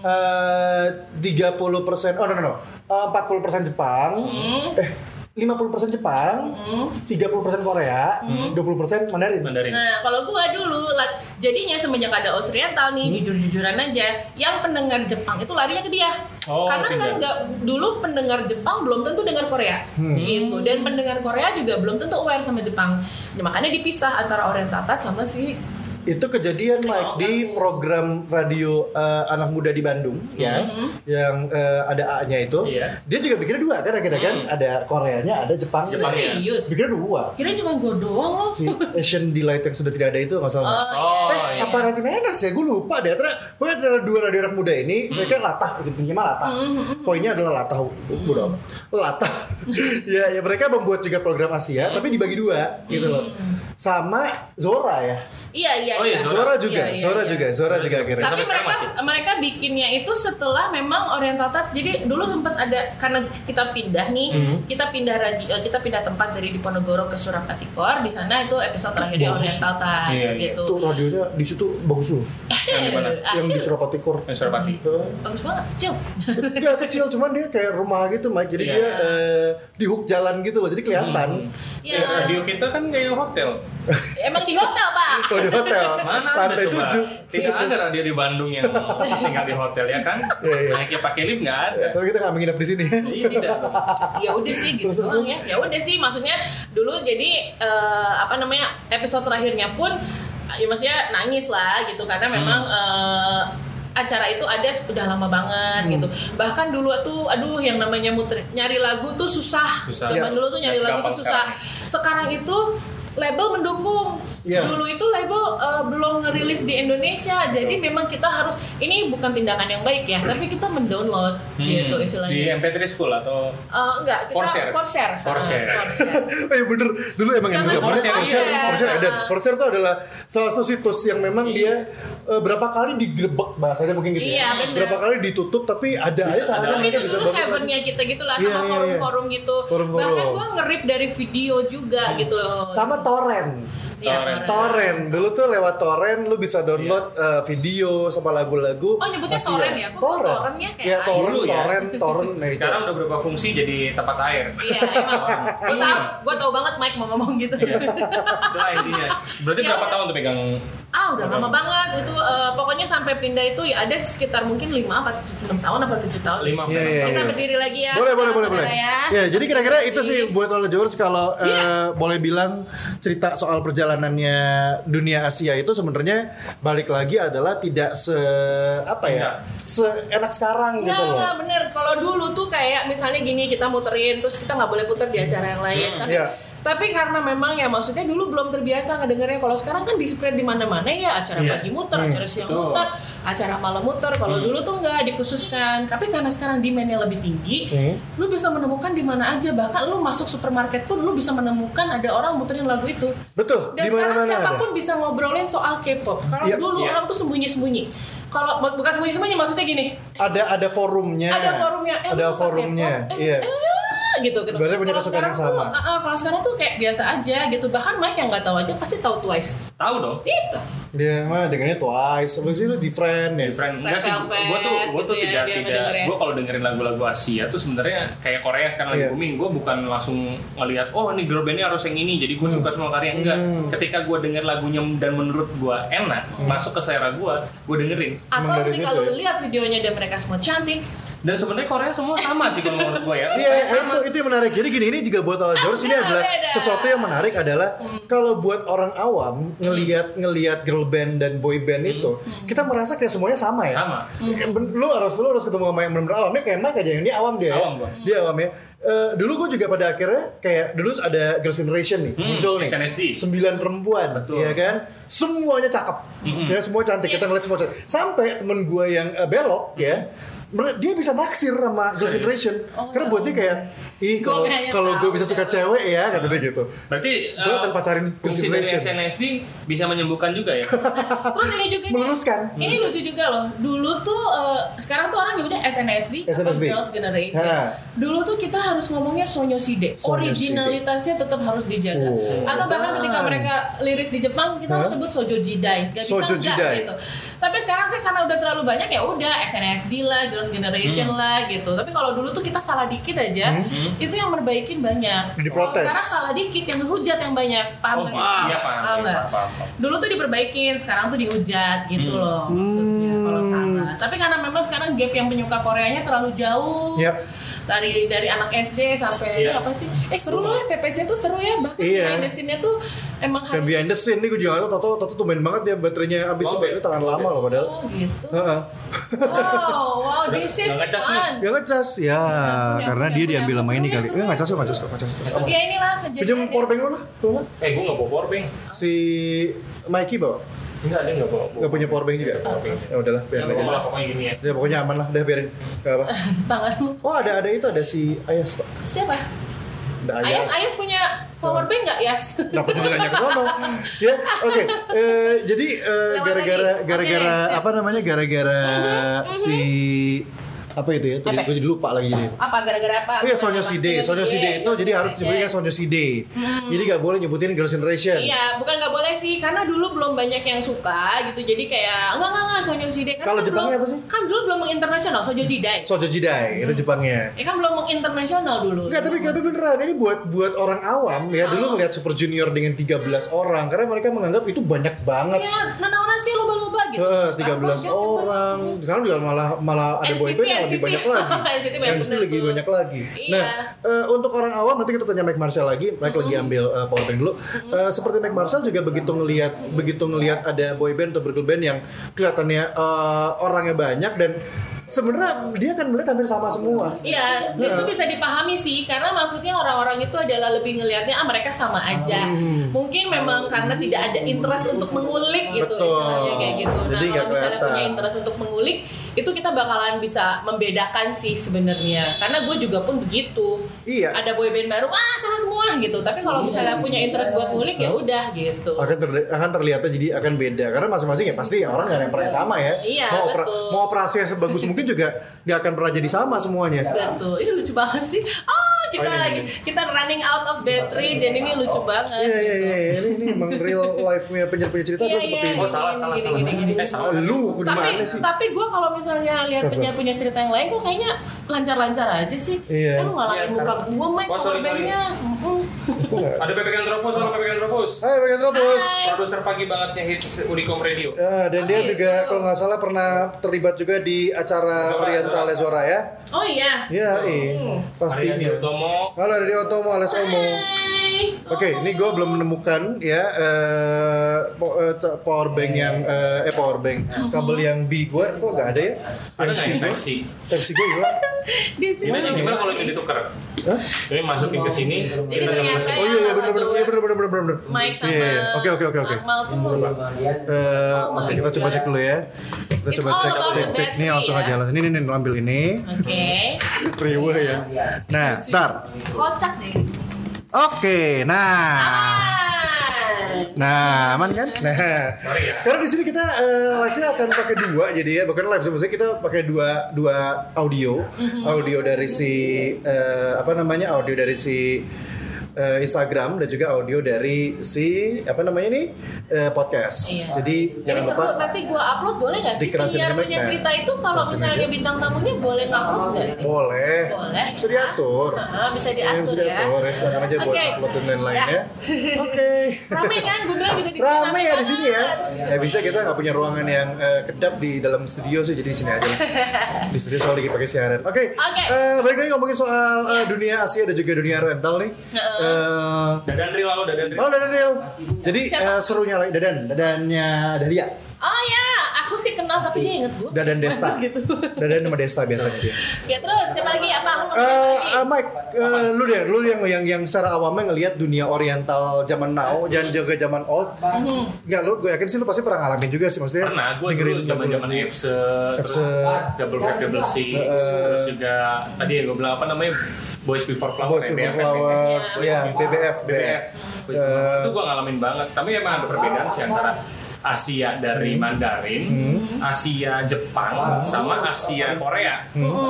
B: eh, tiga puluh persen oh no no no Eh, empat puluh persen Jepang eh lima puluh persen Jepang tiga puluh persen Korea dua puluh persen Mandarin.
D: Mandarin.
C: Nah, kalau gua dulu la- jadinya semenjak ada Osriental nih, jujur-jujuran aja, yang pendengar Jepang itu larinya ke dia.
D: Oh,
C: Karena kan
D: pindah.
C: nggak dulu pendengar Jepang belum tentu dengar Korea, gitu. Dan pendengar Korea juga belum tentu aware sama Jepang. Nah, makanya dipisah antara Orientatat sama si
B: Itu kejadian Mike di program radio eh, anak muda di Bandung ya yang eh, ada A-nya itu.
D: Iya.
B: Dia juga bikinnya dua kan kita kan ada Koreanya ada Jepang.
D: Jepang, ya.
C: serius.
B: Bikinnya dua.
C: Kira cuma gua doang loh.
B: Si Asian Delight yang sudah tidak ada itu nggak salah.
D: Oh,
B: eh,
D: iya.
B: apa Ranti Nenas ya? Gue lupa deh. Ternyata pokoknya ada dua radio anak muda ini, mereka latah, intinya mah latah. Poinnya adalah latah, bodoh amat. Latah. ya, ya mereka membuat juga program Asia, tapi dibagi dua, gitu loh. Sama Zora ya.
C: Iya, iya,
D: Oh, iya,
C: iya.
B: Zora juga,
C: Iya, iya,
B: Zora
C: iya.
B: juga, Zora juga akhirnya.
C: Tapi
D: Sampai sekarang
C: mereka
D: masih?
C: mereka bikinnya itu setelah memang Oriental Touch. Jadi dulu sempat ada karena kita pindah nih, kita pindah radio, kita pindah tempat dari Diponegoro ke Surapati Core. Di sana itu episode terakhirnya
B: Bagus.
C: Oriental Touch
D: Iya, iya.
C: gitu.
B: Tuh radionya di situ bagus loh.
D: Yang di mana?
B: Yang di Surapati Core.
D: Yang Surapati.
B: Eh,
C: Bagus banget, kecil.
B: Dia kecil cuman dia kayak rumah gitu Mike. Jadi
D: Iya.
B: dia eh, di hook jalan gitu loh. Jadi kelihatan.
C: Ya,
D: Eh, radio kita kan kayak hotel.
C: emang di hotel Pak.
B: Kalau di hotel
D: Mana
B: lantai
D: ada coba?
B: tujuh.
D: Tidak ada radio di Bandung yang tinggal di hotel ya kan?
B: Iya, iya.
D: Naiknya pakai lift nggak ada.
B: Tapi kita nggak menginap di sini.
D: Iya tidak.
C: Ya udah sih gitu
B: Terus,
C: doang
B: terus.
C: ya. Ya udah sih maksudnya dulu jadi eh, apa namanya episode terakhirnya pun ya maksudnya nangis lah gitu karena memang eh, acara itu ada sudah lama banget gitu. Bahkan dulu tuh aduh yang namanya muter nyari lagu tuh susah.
D: Susah.
C: Zaman
B: Iya.
C: dulu tuh nyari
D: Nggak
C: lagu
D: segampang
C: tuh susah. Sekarang itu label mendukung.
B: Iya.
C: Dulu itu label eh, belum ngerilis di Indonesia. Jadi memang kita harus ini bukan tindakan yang baik ya, tapi kita mendownload gitu
D: Di
C: istilahnya.
D: M P tiga School atau
C: Eh, enggak, kita
D: Forshare.
C: Forshare.
D: Forshare.
C: Ah, Forshare.
B: Oh iya bener, dulu emang yang
C: Jangan
B: zamannya
D: Forshare,
B: Forshare,
C: iya.
B: Forshare ada.
C: Ah.
B: Forshare itu adalah salah satu situs yang memang dia eh, berapa kali digerebek bahasanya mungkin gitu
C: Iya,
B: ya.
C: bener.
B: Berapa kali ditutup tapi ada aja caranya
C: Tapi
B: mereka
C: itu
B: bisa
C: dulu
B: bangun.
C: heavennya kita gitu lah
B: Iya,
C: sama
B: iya, iya.
C: forum-forum gitu.
B: Forum-forum.
C: Bahkan gua nge-rip dari video juga gitu.
B: Sama torrent.
C: Iya,
D: torrent.
B: Torrent, dulu tuh lewat torrent lu bisa download eh, video sama lagu-lagu.
C: Oh, nyebutnya
B: Asia.
C: torrent ya? Kok
B: Torrent.
C: torrentnya kayak
B: Ya
C: air?
B: torrent,
D: Dulu ya.
B: torrent, torrent. Nah, itu.
D: sekarang udah berubah fungsi jadi tempat air.
C: Iya, emang. Gua tahu, gua tahu banget Mike mau ngomong gitu.
D: Iya. Itulah intinya. Berarti
C: Ya,
D: berapa
C: udah.
D: tahun tuh pegang?
C: Ah, udah lama banget itu eh, pokoknya sampai pindah itu ya ada sekitar mungkin lima apa enam tahun apa tujuh tahun.
D: Lima.
B: Iya, iya,
C: Kita
B: iya.
C: berdiri lagi ya.
B: Boleh, boleh, boleh, boleh.
C: saudara-saudara
B: Ya, jadi kira-kira itu
C: Jadi-
B: sih buat Lola Jowers kalau eh,
C: Iya.
B: boleh bilang cerita soal perjalanannya dunia Asia itu sebenarnya balik lagi adalah tidak se apa ya, seenak sekarang gitu
C: Nggak,
B: loh.
C: nggak bener. Kalau dulu tuh kayak misalnya gini kita muterin terus kita nggak boleh puter di acara yang lain. tapi
B: iya.
C: tapi karena memang ya maksudnya dulu belum terbiasa ngedengarnya. Kalau sekarang kan di spread di mana-mana ya acara
D: Iya.
C: pagi muter, acara siang
D: betul.
C: muter, acara malam muter. Kalau dulu tuh nggak dikhususkan. Tapi karena sekarang demandnya lebih tinggi,
B: Hmm.
C: lu bisa menemukan di mana aja. Bahkan lu masuk supermarket pun lu bisa menemukan ada orang muterin lagu itu.
B: Betul,
C: Dan
B: di
C: sekarang
B: mana-mana ada.
C: siapapun bisa ngobrolin soal K-pop. Kalau
B: Iya.
C: dulu
D: Iya.
C: orang tuh sembunyi-sembunyi. Kalau bukan sembunyi-sembunyi maksudnya gini,
B: Ada ada forumnya.
C: ada forumnya, eh, lu
B: ada
C: suka
B: forumnya.
C: K-pop? Eh,
B: Iya.
C: eh, eh, gitu gitu.
B: Berarti punya
C: Kalau
B: kesukaan yang
C: sekarang
B: sama.
C: Tuh, uh, uh, kalau sekarang tuh kayak biasa aja gitu. Bahkan Mike yang nggak tahu aja pasti tahu Twice.
D: Tahu dong.
C: Itu.
B: Dia mah dengernya Twice, apa sih lu Different ya?
D: Different. Enggak sih, gue tuh gue tuh
C: gitu ya,
D: tidak
C: dia
D: tidak
C: mendengarnya.
D: gue kalau dengerin lagu-lagu Asia tuh sebenarnya kayak Korea sekarang lagi
B: Iya.
D: booming, gue bukan langsung ngelihat oh ini girl bandnya harus yang ini jadi gue suka semua karya, enggak. Ketika gue denger lagunya dan menurut gue enak, masuk ke selera gue, gue dengerin.
C: Atau
B: Emang dari
C: ketika
B: situ
C: lu
B: ya?
C: lihat videonya dan mereka semua cantik.
D: Dan sebenarnya Korea semua sama sih kalau menurut gue ya.
B: Iya, itu itu yang menarik. Jadi gini, ini juga buat Ala George ini
C: Beda,
B: adalah
C: beda.
B: sesuatu yang menarik adalah kalau buat orang awam ngelihat ngelihat girl band dan boy band itu, kita merasa kayak semuanya sama ya.
D: Sama.
B: Ben- Lu harus lu harus ketemu sama yang benar-benar awam. Ini kayak Mike aja, yang dia awam dia. ya.
D: Awam gua.
B: Dia awam ya. Eh, dulu gue juga pada akhirnya kayak dulu ada Girls' Generation nih muncul nih
D: S N S D.
B: sembilan perempuan,
D: Betul.
B: ya kan, semuanya cakep, ya semua cantik, kita ngeliat semua cantik. Sampai temen gue yang eh, belok ya, mer- dia bisa naksir sama Girls' Generation karena buat dia kayak ih
C: Gua
B: kalau
C: kayaknya
B: kalau gue
C: tahu
B: bisa suka
C: dah.
B: cewek ya kata dia gitu.
D: Berarti
B: Gua akan
D: eh,
B: pacarin
D: fungsi dari
B: Generation.
D: S N S D bisa menyembuhkan juga ya.
C: Terus ini juga nih,
B: Meluruskan.
C: ini lucu juga loh. Dulu tuh eh, sekarang tuh orang nyebutnya S N S D
B: S N S D.
C: atau Girls' Generation.
B: Ha.
C: Dulu tuh kita harus ngomongnya Sonyoside.
B: Sonyoside.
C: Originalitasnya tetap harus dijaga.
B: Oh.
C: Atau bahkan ketika
B: Dan.
C: mereka liris di Jepang kita harus
B: Hah?
C: sebut Sojo Jidai. Gak bisa
B: Sojo
C: enggak
B: Jidai.
C: gitu. Tapi sekarang sih karena udah terlalu banyak ya udah S N S D lah, Girls' Generation lah gitu. Tapi kalau dulu tuh kita salah dikit aja, itu yang merbaikin banyak.
B: Diprotes.
C: Kalau sekarang salah dikit yang hujat yang banyak. Paham
D: Oh,
C: nggak?
D: iya, paham,
C: Paham
D: iya,
C: nggak?
D: paham, paham.
C: Dulu tuh diperbaikin, sekarang tuh dihujat gitu loh maksudnya kalau salah. Tapi karena memang sekarang gap yang penyuka Koreanya terlalu jauh.
B: Yap.
C: Dari dari anak S D sampai
D: Iya.
C: ini apa sih? Eh seru loh ya P P C tuh seru ya. Bahkan
B: Iya.
C: behind the scene-nya tuh emang
B: Dan
C: harus.
B: behind the scene nih gue juga gak tau, Toto, Toto tuh main banget dia baterainya habis
D: Wow,
B: baterainya tangan lama loh padahal.
C: Oh gitu.
B: Heeh.
C: Wow, wow, this is
D: Nggak ngecas nih.
C: fun.
B: Ya ngecas ya,
C: punya-
B: karena
C: punya-
B: dia
C: punya
B: diambil sama
C: seru
B: ini
C: ya,
B: kali.
C: seru
B: Eh
C: ya.
B: ngecas kok, ngecas kok, ngecas kok.
C: Tapi ya inilah
B: Pinjam
C: kejadian.
B: powerbank lu lah, tuh nggak?
D: Eh gue nggak bawa powerbank.
B: Si Mikey bawa?
D: Enggak, dia nggak bawa.
B: Nggak punya powerbank juga?
D: Powerbank.
B: Ya udahlah, biarin
C: Ya
B: aja.
C: udah.
D: Lah pokoknya gini ya.
B: Ya pokoknya aman lah, udah biarin. Gak apa.
C: Tanganmu.
B: Oh ada ada itu ada si Ayas pak.
C: Siapa?
B: Ada
C: Ayas,
B: Ayas.
C: Ayas punya powerbank nggak Yas?
B: Kenapa jadi nanya ke sono? Ya, oke. Eh, jadi eh,
C: Lewat
B: gara-gara
C: lagi.
B: gara-gara
C: Oke, siap.
B: apa namanya? Gara-gara si apa itu ya? Tadi
C: Apa?
B: gue jadi lupa lagi jadi.
C: Apa gara-gara apa?
B: Oh iya, Sonyoside. Sonyoside itu jadi harus disebutnya Sonyoside. Jadi gak boleh nyebutin Girls' Generation.
C: Iya, bukan nggak boleh sih, karena dulu belum banyak yang suka gitu. Jadi kayak enggak enggak enggak Sonyoside. Karena
B: Kalau
C: kan
B: Jepangnya
C: belum-
B: apa sih?
C: Kan dulu belum menginternasional, Sojo Jidai.
B: Sojo Jidai itu Jepangnya.
C: Ya kan belum menginternasional dulu.
B: Enggak, tapi tapi beneran ini buat buat orang awam ya dulu ngeliat Super Junior dengan tiga belas orang karena mereka menganggap itu banyak banget.
C: Iya, nanaonan sih loba-loba gitu.
B: Eh,
C: Sekarang
B: tiga belas
C: banyak,
B: orang. Sekarang juga malah malah ada
C: N C T,
B: boyband yang
C: N C T.
B: lebih banyak lagi.
C: N C T banyak
B: Yang pasti
C: bener
B: lagi
C: tuh.
B: banyak lagi.
C: Iya.
B: Nah, eh, untuk orang awam nanti kita tanya Mike Marshall lagi. Mike lagi ambil eh, powerbank dulu. Eh, seperti Mike Marshall juga begitu ngelihat begitu ngelihat ada boyband atau girl band yang kelihatannya eh, orangnya banyak dan sebenarnya dia akan melihat hampir sama semua.
C: Iya,
B: Nah.
C: itu bisa dipahami sih karena maksudnya orang-orang itu adalah lebih ngelihatnya ah mereka sama aja. Mungkin memang karena tidak ada interest untuk mengulik gitu
B: Betul.
C: istilahnya kayak gitu. Nah,
B: Jadi nggak
C: kalau misalnya
B: kelihatan.
C: punya interest untuk mengulik, itu kita bakalan bisa membedakan sih sebenarnya. Karena gue juga pun begitu.
B: Iya.
C: Ada boyband baru, ah sama semua gitu. Tapi kalau misalnya punya interest buat ngulik ya udah gitu.
B: akan ter- akan terlihatnya jadi akan beda karena masing-masing ya pasti orang nggak ada yang pernah sama ya.
C: Iya,
B: mau, opera-
C: betul.
B: mau operasi yang sebagus mungkin juga nggak akan pernah jadi sama semuanya.
C: Betul. Itu lucu banget sih. Oh, kita
D: Oh, iya,
C: lagi
D: iya.
C: kita running out of battery dan ini lucu banget.
B: Iya iya
C: gitu.
B: iya ini, ini emang real life-nya penyiar-penyiar cerita
C: Iya,
B: adalah seperti
C: iya.
B: ini.
D: Oh salah salah
C: Gini,
D: salah.
C: gini, gini, gini.
D: Eh salah.
B: Lu di
C: tapi
B: mana sih?
C: tapi gue kalau misalnya lihat punya punya cerita yang lain gue kayaknya lancar-lancar aja sih.
B: Iya.
C: Eh, lu ngalangin
D: Iya,
C: muka
D: karena-
C: gue main
D: Oh, sorry,
C: powerbanknya.
D: Ada P P K Andropos, halo P P K Andropos.
B: Hai Bagian Robos.
C: Hai.
D: Produser pagi bangetnya hits Unicom Radio.
B: Ya, dan dia
C: Oh,
B: juga
C: gitu.
B: kalau nggak salah pernah terlibat juga di acara
D: Zora,
B: Oriental
D: Zora.
B: Zora ya.
C: Oh iya.
B: Iya, iya. Pasti.
D: Hari ini Utomo.
B: Halo dari Otomo alias Omo.
C: Hai.
B: Oke, ini gue belum menemukan ya eh, po- eh, ca- power bank yang eh, eh power bank kabel yang B gue kok gak ada ya?
D: Ada
B: Type C
D: nggak
B: gue,
D: infeksi?
B: Type C gue hilang.
C: Di sini.
D: Gimana gimana kalau itu ditukar?
B: Hah?
D: Ini masukin ke sini.
C: Jadi
D: Kita
C: ternyata
D: nyambung
B: Oh iya iya benar benar iya benar benar benar benar.
C: Mike sama
B: Iya, iya. Oke oke oke oke.
C: Akmal tuh
B: Eh, Oke kita coba cek dulu ya. Kita
C: It's
B: coba
C: all
B: cek
C: about
B: cek
C: the
B: cek nih
C: battery,
B: langsung
C: ya.
B: aja lah. Ini nih nih lu ambil ini.
C: Oke.
B: Riweh ya. Nah, ntar.
C: Kocak deh.
B: Oke, nah.
C: Ah.
B: Nah, aman kan? Nah, karena di sini kita eh, live-nya akan pakai dua, jadi ya bukan live sebenarnya kita pakai dua dua audio, audio dari si eh, apa namanya audio dari si uh, Instagram dan juga audio dari si apa namanya nih uh, podcast.
C: Iya.
B: Jadi
C: Jadi
B: jangan lupa
C: seru, nanti gua upload boleh nggak sih?
B: di Keran
C: Biar
B: Cinematic,
C: punya
B: nah.
C: cerita itu kalau
B: Keran
C: misalnya
B: Cinematic.
C: bintang tamunya boleh ngupload nggak sih?
B: boleh.
C: Boleh.
B: Bisa diatur.
C: Heeh, bisa
B: Ya,
C: diatur
B: bisa
C: ya.
B: diatur. Ya, silakan aja buat
C: Oke.
B: upload dan lain-lainnya.
C: Ya.
B: Oke.
C: Rame kan? Gue bilang juga di sini
B: Rame ya di sini ya.
C: banget.
B: Ya bisa, kita nggak punya ruangan yang eh, kedap di dalam studio sih, jadi di sini aja. Di studio soal lagi pakai siaran. Oke.
C: Oke.
B: eh, balik lagi ngomongin soal eh,
C: Iya.
B: dunia Asia dan juga dunia rental nih. Eh,
D: Dadan Ril, halo Dadan Ril.
B: Oh, Dadan Real. Jadi
C: Siapa?
B: eh, serunya lagi Dadan, Dadannya Dahlia.
C: Oh ya, aku sih kenal tapi dia inget gue.
B: Dadan Desta.
C: Bagus gitu.
B: Dadan sama Desta biasanya dia.
C: Ya terus siapa lagi? Apa aku mau
B: Eh,
C: lagi?
B: eh, Mike, eh, lu deh, lu yang yang yang secara awamnya ngelihat dunia Oriental zaman now dan juga zaman old. Enggak, lu gue yakin sih lu pasti pernah ngalamin juga sih, maksudnya.
D: Pernah, gue
B: dengerin
D: dulu zaman-zaman
B: lagu-lagu.
D: F S E, terus
B: F S E.
D: Double Five, Double Six,
B: Eh.
D: terus juga tadi yang gue bilang apa namanya Boys Before Flowers,
B: Boys
D: ya,
B: Before
D: B F F,
B: Flowers,
D: Boys
B: ya,
D: Before-
B: B B F,
D: B B F. Boys Before
B: Eh.
D: Flowers. Itu gue ngalamin banget, tapi emang ada perbedaan sih antara Asia dari Mandarin, Asia Jepang, sama Asia Korea.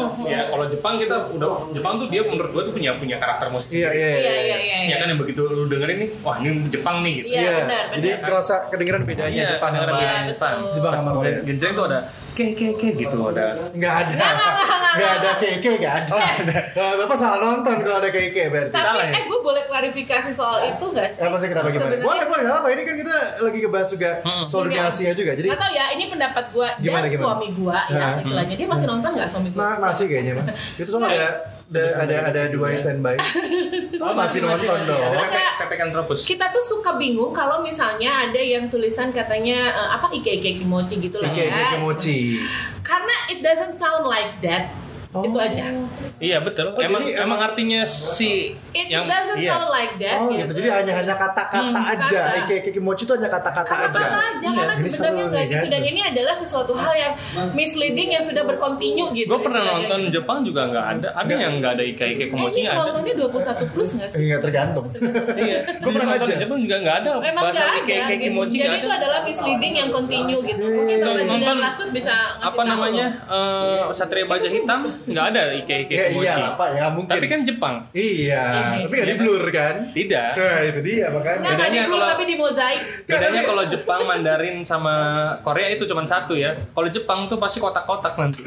D: Ya kalau Jepang kita udah Jepang tuh dia menurut gue tuh punya punya karakter musik
B: Iya,
D: sendiri.
B: iya,
C: Iya iya iya.
D: Ya kan yang begitu lu dengerin nih, wah ini Jepang nih gitu.
C: Iya,
B: Iya,
C: benar,
B: jadi
C: benar.
B: kerasa kedengeran bedanya
D: Iya,
B: Jepang
D: kedengeran
B: sama
D: bedanya Jepang.
C: betul.
B: Jepang
D: Pas
B: sama
D: udah
B: Korea.
D: genjreng tuh ada ke ke ke gitu ada.
B: Nggak ada, nggak ada keke, nggak ada. Kalau Bapak salah nonton kalau ada keke berarti.
C: Tapi
D: Salah ya?
C: eh gue boleh klarifikasi soal itu gak sih?
B: Apa sih, kenapa gimana?
C: Sebenarnya-
B: Boleh, boleh, nggak apa. Ini kan kita lagi ngebahas juga soal dunia Asia juga. Jadi
C: Gak tau ya, ini pendapat gue dan
B: Gimana, gimana?
C: suami gue ya,
B: Nah,
C: istilahnya dia masih nonton gak suami gue?
B: nah, masih kayaknya mah. Itu soalnya ada ada ada, ada dua yang standby. Tuh masih nonton dong.
D: Ada
C: Enggak.
D: Pepe Pepe Kantropus.
C: Kita tuh suka bingung kalau misalnya ada yang tulisan katanya eh, apa ike ike kimochi gitu lah
B: Ike
C: ya.
B: Ike Kimochi.
C: Karena it doesn't sound like that.
B: Oh.
C: Itu aja.
D: Iya betul.
B: Oh,
D: emang,
B: jadi
D: emang
B: emang-
D: artinya si
C: It
D: yang
C: doesn't
D: iya.
C: sound like that.
B: Oh
C: gitu.
B: gitu. Jadi hanya hanya kata-kata
C: Hmm,
B: aja.
C: kata.
B: Ike Ike Kimochi itu hanya kata-kata aja.
C: Kata-kata aja karena
B: Ini
C: sebenarnya
B: seru
C: nggak
B: nih,
C: gitu
B: kan?
C: dan ini adalah sesuatu hal yang misleading yang sudah berkontinu gitu.
D: Gue pernah
C: istilahnya
D: nonton
C: gitu.
D: Jepang juga nggak ada. Ada yang nggak ada ike ike
C: Eh,
D: kemochi
C: ini
D: ada.
C: nontonnya dua puluh satu plus nggak sih?
B: Enggak tergantung.
D: Iya. Gue pernah
B: Diem
D: nonton
B: aja.
D: Jepang juga nggak ada.
C: Memang
D: Bahasa
C: nggak
D: ike
C: ada.
D: ike
C: gitu.
D: kemochi
C: Jadi
D: nggak
C: itu
D: ada.
C: adalah misleading yang kontinu gitu. Mungkin
B: Iya,
C: kalau
D: iya.
C: Jidan
D: Nonton
C: Lasut bisa ngasih
D: Apa
C: tahu.
D: namanya eh, Satria Baja Hitam nggak ada ike ike
B: Ya
D: kemochi.
B: iya Pak ya mungkin.
D: Tapi kan Jepang.
B: Iya, tapi nggak
D: Iya
B: di blur kan?
D: Tidak.
B: Nah itu dia makanya.
C: Nggak, nggak
D: Bedanya
C: di blur,
D: kalau-
C: tapi di mozaik.
D: Bedanya kalau Jepang, Mandarin sama Korea itu cuma satu ya. Kalau Jepang tuh pasti kotak-kotak nanti.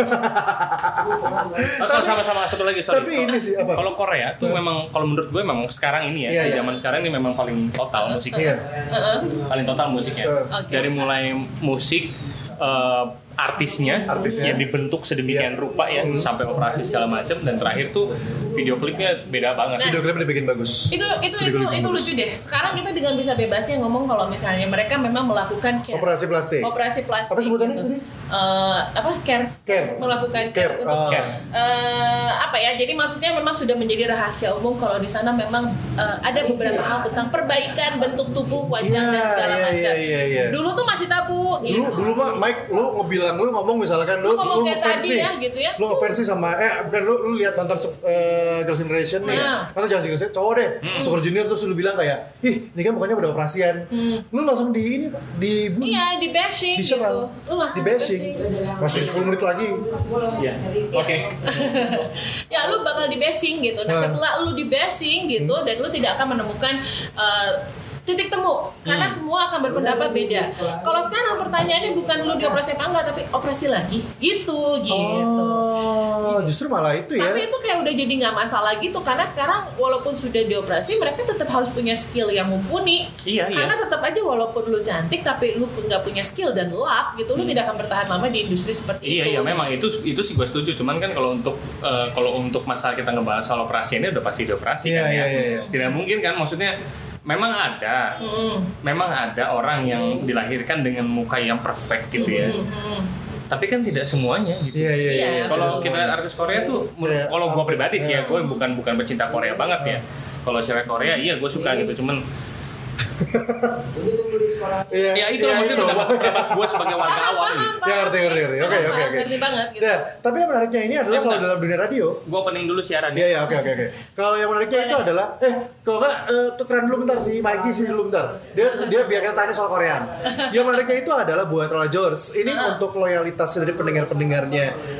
D: Atau sama-sama satu lagi sorry.
B: tapi ini sih, apa?
D: Kalau Korea tuh memang kalau menurut gue memang sekarang ini ya,
B: Iya,
D: di
B: iya.
D: zaman sekarang ini memang paling total musiknya.
B: Iya.
C: Heeh.
D: Paling total musiknya.
B: Iya.
C: Oke.
D: Dari mulai musik eh, artisnya,
B: Artisnya.
D: yang dibentuk sedemikian
B: Iya.
D: rupa ya sampai operasi segala macam dan terakhir tuh video klipnya beda banget.
C: Nah,
B: Video klip dibikin bagus.
C: itu itu
B: Video
C: itu
B: klip
C: itu
B: bagus.
C: lucu deh. Sekarang kita dengan bisa bebasnya ngomong kalau misalnya mereka memang melakukan care.
B: Operasi plastik.
C: Operasi plastik.
B: Apa sebutannya
C: gitu.
B: tadi?
C: Eh, apa care?
B: Care.
C: Melakukan
B: Care.
C: care, untuk
B: Oh.
D: Care.
C: eh, apa ya? Jadi maksudnya memang sudah menjadi rahasia umum kalau di sana memang eh, ada beberapa hal tentang perbaikan bentuk tubuh, wajah
B: Iya,
C: dan segala
B: iya,
C: macam.
B: iya, iya, iya.
C: Dulu tuh masih tabu
B: Dulu
C: gitu.
B: dulu mah Mike lu ngebilang lu ngomong misalkan
C: Lu
B: lu
C: ngomong kayak
B: ngefans
C: tadi
B: nih.
C: ya, gitu ya.
B: Lu ngefans nih sama eh bukan lu lu lihat nonton uh, Girls' Generation nih.
C: Nah.
B: Atau jangan Girls' Generation, cowok deh. Super Junior terus lu bilang kayak, "Ih, ini kan mukanya pada operasian." Lu langsung di ini Pak, di
C: Iya, di bashing gitu.
B: diserang.
C: Lu langsung
B: Di bashing. Masih sepuluh menit lagi.
D: Iya. Oke.
C: Ya lu bakal di bashing gitu. Nah,
B: Nah.
C: setelah lu di bashing gitu dan lu tidak akan menemukan uh, titik temu karena semua akan berpendapat beda. Kalau sekarang pertanyaannya bukan lu dioperasi apa enggak tapi operasi lagi gitu gitu.
B: Oh, justru malah itu ya.
C: Tapi itu kayak udah jadi nggak masalah gitu karena sekarang walaupun sudah dioperasi mereka tetap harus punya skill yang mumpuni.
D: Iya, iya.
C: Karena tetap aja walaupun lu cantik tapi lu pun nggak punya skill dan luck gitu lu tidak akan bertahan lama di industri seperti
D: Iya
C: itu.
D: iya memang itu itu sih gue setuju. Cuman kan kalau untuk eh, kalau untuk masalah kita ngebahas soal operasi ini udah pasti dioperasi
B: Iya,
D: kan
B: iya,
D: ya.
B: iya, iya.
D: Tidak mungkin kan maksudnya memang ada
C: Mm-mm.
D: memang ada orang yang dilahirkan dengan muka yang perfect gitu ya.
C: Mm-mm.
D: Tapi kan tidak semuanya gitu.
B: Iya, iya, iya.
C: Iya.
D: Kalau kita lihat artis Korea tuh, menurut-
B: Iya.
D: kalau gue pribadi sih ya, gue bukan bukan pecinta Korea banget ya. Kalau cewek Korea, iya gue suka gitu. Cuman
B: Iya,
D: ya itu
B: iya,
D: maksudnya pendapat, pendapat gue sebagai warga
C: Paham,
D: awam
C: paham,
D: gitu.
C: paham.
B: Ya, ngerti, ngerti, ngerti. Oke,
C: Paham,
B: oke,
C: paham,
B: oke.
C: ngerti banget gitu.
B: Nah, tapi yang menariknya ini adalah
D: Eh,
B: kalau
D: bentar.
B: dalam dunia radio.
D: Gue opening dulu siaran
B: Iya, iya, oke, oke, oke. Kalau yang menariknya itu
C: Boleh.
B: adalah, eh, kalau nggak eh, tukeran dulu bentar si Maggie sih dulu bentar. Dia dia biar kita tanya soal Korean. Yang menariknya itu adalah buat Rola George. Ini untuk loyalitas dari pendengar-pendengarnya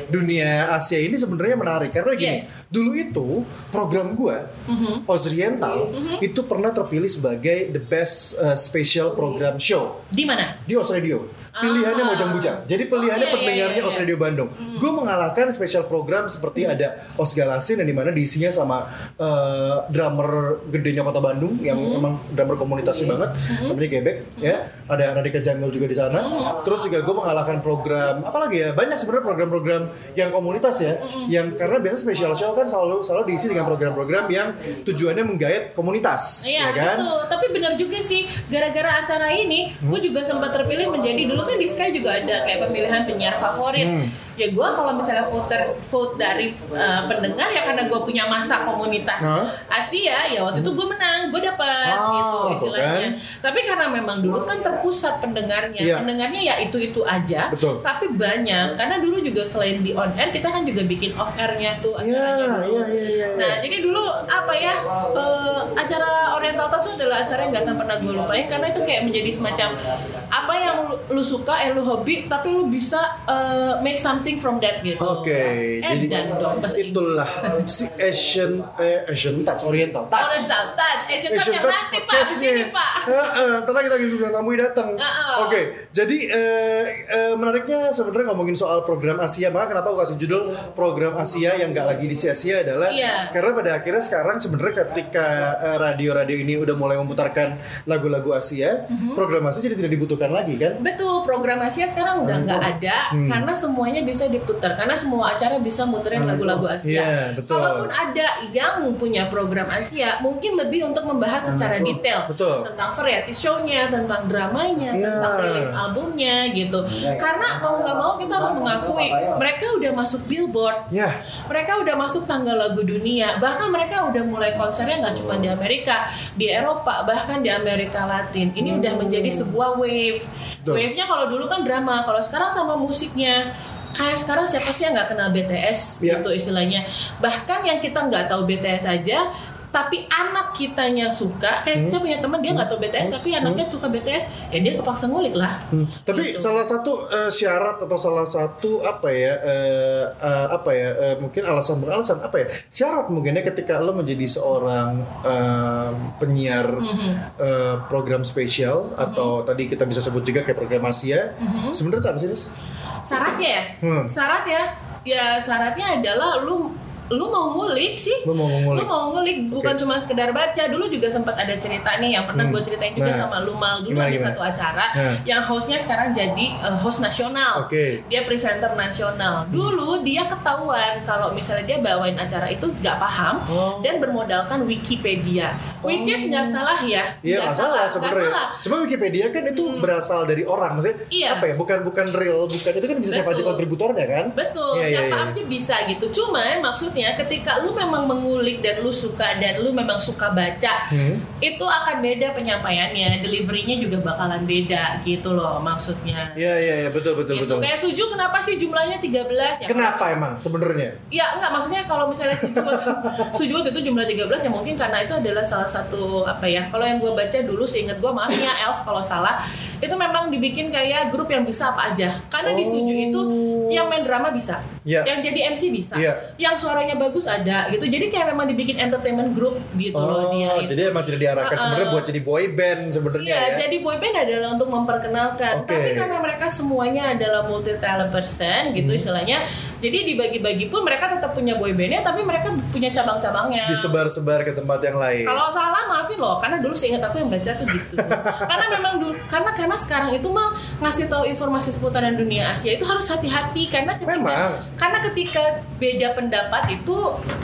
B: dunia Asia ini sebenarnya menarik karena gini,
C: Yes.
B: dulu itu program gua
C: Mhm.
B: Ozriental itu pernah terpilih sebagai the best uh, special program show
C: Di mana?
B: di Os Radio. Pilihannya
C: Ah.
B: Mojang-Bujang. Jadi pilihannya
C: Oh, iya,
B: pendengarnya
C: iya, iya.
B: Os Radio Bandung. Gue mengalahkan special program seperti ada Os Galasin yang dimana diisinya sama uh, drummer gedenya Kota Bandung yang emang drummer komunitasnya banget, namanya Gebek ya. Ada Radika Jamil juga di sana. Terus juga gue mengalahkan program apa lagi ya? Banyak sebenarnya program-program yang komunitas ya, yang karena biasa special show kan selalu selalu diisi dengan program-program yang tujuannya menggait komunitas,
C: Iya,
B: ya kan?
C: betul. Tapi benar juga sih, gara-gara acara ini, gue juga sempat terpilih menjadi, dulu kan di Sky juga ada kayak pemilihan penyiar favorit.
B: Hmm.
C: Ya gue kalau misalnya voter vote dari uh, pendengar ya karena gue punya masa komunitas
B: Hah?
C: Asia, ya waktu itu gue menang, gue dapet
B: Ah,
C: gitu
B: tuh
C: istilahnya. Tapi karena memang dulu kan terpusat pendengarnya,
B: Iya.
C: pendengarnya ya itu-itu aja.
B: Betul.
C: Tapi banyak, karena dulu juga selain di on air, kita kan juga bikin off airnya tuh
B: Iya,
C: acaranya dulu.
B: iya, iya, iya.
C: Nah, jadi dulu apa ya, eh, acara Oriental Touch adalah acara yang gak akan pernah gue lupain karena itu kayak menjadi semacam apa yang lu, lu suka, eh lu hobi, tapi lu bisa eh, make something from that gitu.
B: Oke, jadi
C: dan dong bahasa
B: itulah si Asian eh, Asian Touch Oriental Touch.
C: Oriental Touch, Asian Touch yang nanti Pak, di
B: podcastnya.
C: sini Pak.
B: Heeh, ntar lagi kita juga tamu datang.
C: Heeh.
B: Oke, jadi eh, eh, menariknya sebenarnya ngomongin soal program Asia, maka kenapa aku kasih judul program Asia yang nggak lagi di sia-sia adalah
C: Iya.
B: karena pada akhirnya sekarang sebenarnya ketika eh, radio-radio ini udah mulai memutarkan lagu-lagu Asia,
C: Mhm.
B: program Asia jadi tidak dibutuhkan lagi kan?
C: Betul, program Asia sekarang udah nggak ada
B: Hmm.
C: karena semuanya bisa diputar, karena semua acara bisa muterin lagu-lagu Asia.
B: Iya, betul.
C: Kalaupun ada yang punya program Asia, mungkin lebih untuk membahas secara
B: betul.
C: detail
B: Betul.
C: tentang variety show-nya, tentang dramanya,
B: Iya.
C: tentang rilis albumnya gitu. Karena mau nggak mau kita harus mengakui mereka udah masuk Billboard.
B: Ya.
C: Mereka udah masuk tanggal lagu dunia, bahkan mereka udah mulai konsernya nggak cuma di Amerika, di Eropa, bahkan di Amerika Latin. Ini udah menjadi sebuah wave.
B: Betul.
C: Wave-nya kalau dulu kan drama, kalau sekarang sama musiknya. Kayak sekarang siapa sih yang nggak kenal B T S
B: Iya.
C: gitu istilahnya. Bahkan yang kita nggak tahu B T S aja, tapi anak kitanya suka. Kayak kita punya teman dia nggak tahu B T S, tapi anaknya suka B T S, ya dia kepaksa ngulik lah.
B: Hmm, Tapi
C: Gitu.
B: salah satu eh, syarat atau salah satu apa ya eh, eh, apa ya eh, mungkin alasan alasan apa ya syarat mungkin ya ketika lo menjadi seorang eh, penyiar
C: Mhm.
B: eh, program spesial atau tadi kita bisa sebut juga kayak program Asia sebenarnya apa sih Nis?
C: Syaratnya ya,
B: Hmm.
C: syarat ya, ya syaratnya adalah lu lu mau ngulik sih,
B: Lu mau ngulik.
C: lu mau ngulik bukan
B: Oke.
C: cuma sekedar baca. Dulu juga sempat ada cerita nih yang pernah
B: Hmm.
C: gue ceritain juga
B: Nah.
C: sama Lumal. Dulu
B: Gimana,
C: ada
B: gimana?
C: satu acara
B: Nah.
C: yang hostnya sekarang jadi uh, host nasional.
B: Oke.
C: Dia presenter nasional. Dulu dia ketahuan kalau misalnya dia bawain acara itu gak paham
B: Oh.
C: dan bermodalkan Wikipedia, which is nggak salah ya.
B: Iya
C: Nggak
B: nggak salah
C: nggak
B: sebenarnya.
C: salah.
B: Cuma Wikipedia kan itu berasal dari orang, maksudnya
C: Iya.
B: apa ya? Bukan bukan real, bukan itu kan bisa siapa aja
C: Betul.
B: kontributornya kan?
C: Betul,
B: Iya, iya,
C: siapa
B: iya.
C: aja bisa gitu. Cuman maksudnya ketika lu memang mengulik dan lu suka dan lu memang suka baca,
B: Hmm.
C: itu akan beda penyampaiannya, deliverynya juga bakalan beda gitu loh maksudnya.
B: Iya iya iya betul betul
C: Gitu.
B: betul.
C: Kayak Suju kenapa sih jumlahnya tiga belas ya?
B: Kenapa emang sebenarnya?
C: Ya enggak, maksudnya kalau misalnya Suju Suju waktu itu jumlah tiga belas ya mungkin karena itu adalah salah satu apa ya, kalau yang gue baca dulu seingat gue, maaf ya Elf kalau salah, itu memang dibikin kayak grup yang bisa apa aja. Karena di Suju itu yang main drama bisa,
B: Iya.
C: yang jadi M C bisa,
B: Iya.
C: yang suaranya bagus ada gitu. Jadi kayak memang dibikin entertainment group gitu loh dia
B: Oh,
C: itu.
B: jadi emang tidak diarahkan
C: Uh-uh.
B: sebenarnya buat jadi boy band sebenarnya
C: Iya,
B: ya.
C: jadi boyband adalah untuk memperkenalkan.
B: Oke.
C: Tapi karena mereka semuanya adalah multi talent person gitu
B: Hmm.
C: istilahnya. Jadi dibagi-bagi pun mereka tetap punya boybandnya, tapi mereka punya cabang-cabangnya.
B: Disebar-sebar ke tempat yang lain.
C: Kalau salah maafin loh, karena dulu seingat aku yang baca tuh gitu. Karena memang dulu, karena karena sekarang itu mah ngasih tahu informasi seputaran dunia Asia itu harus hati-hati karena ketika
B: Memang.
C: karena ketika beda pendapat itu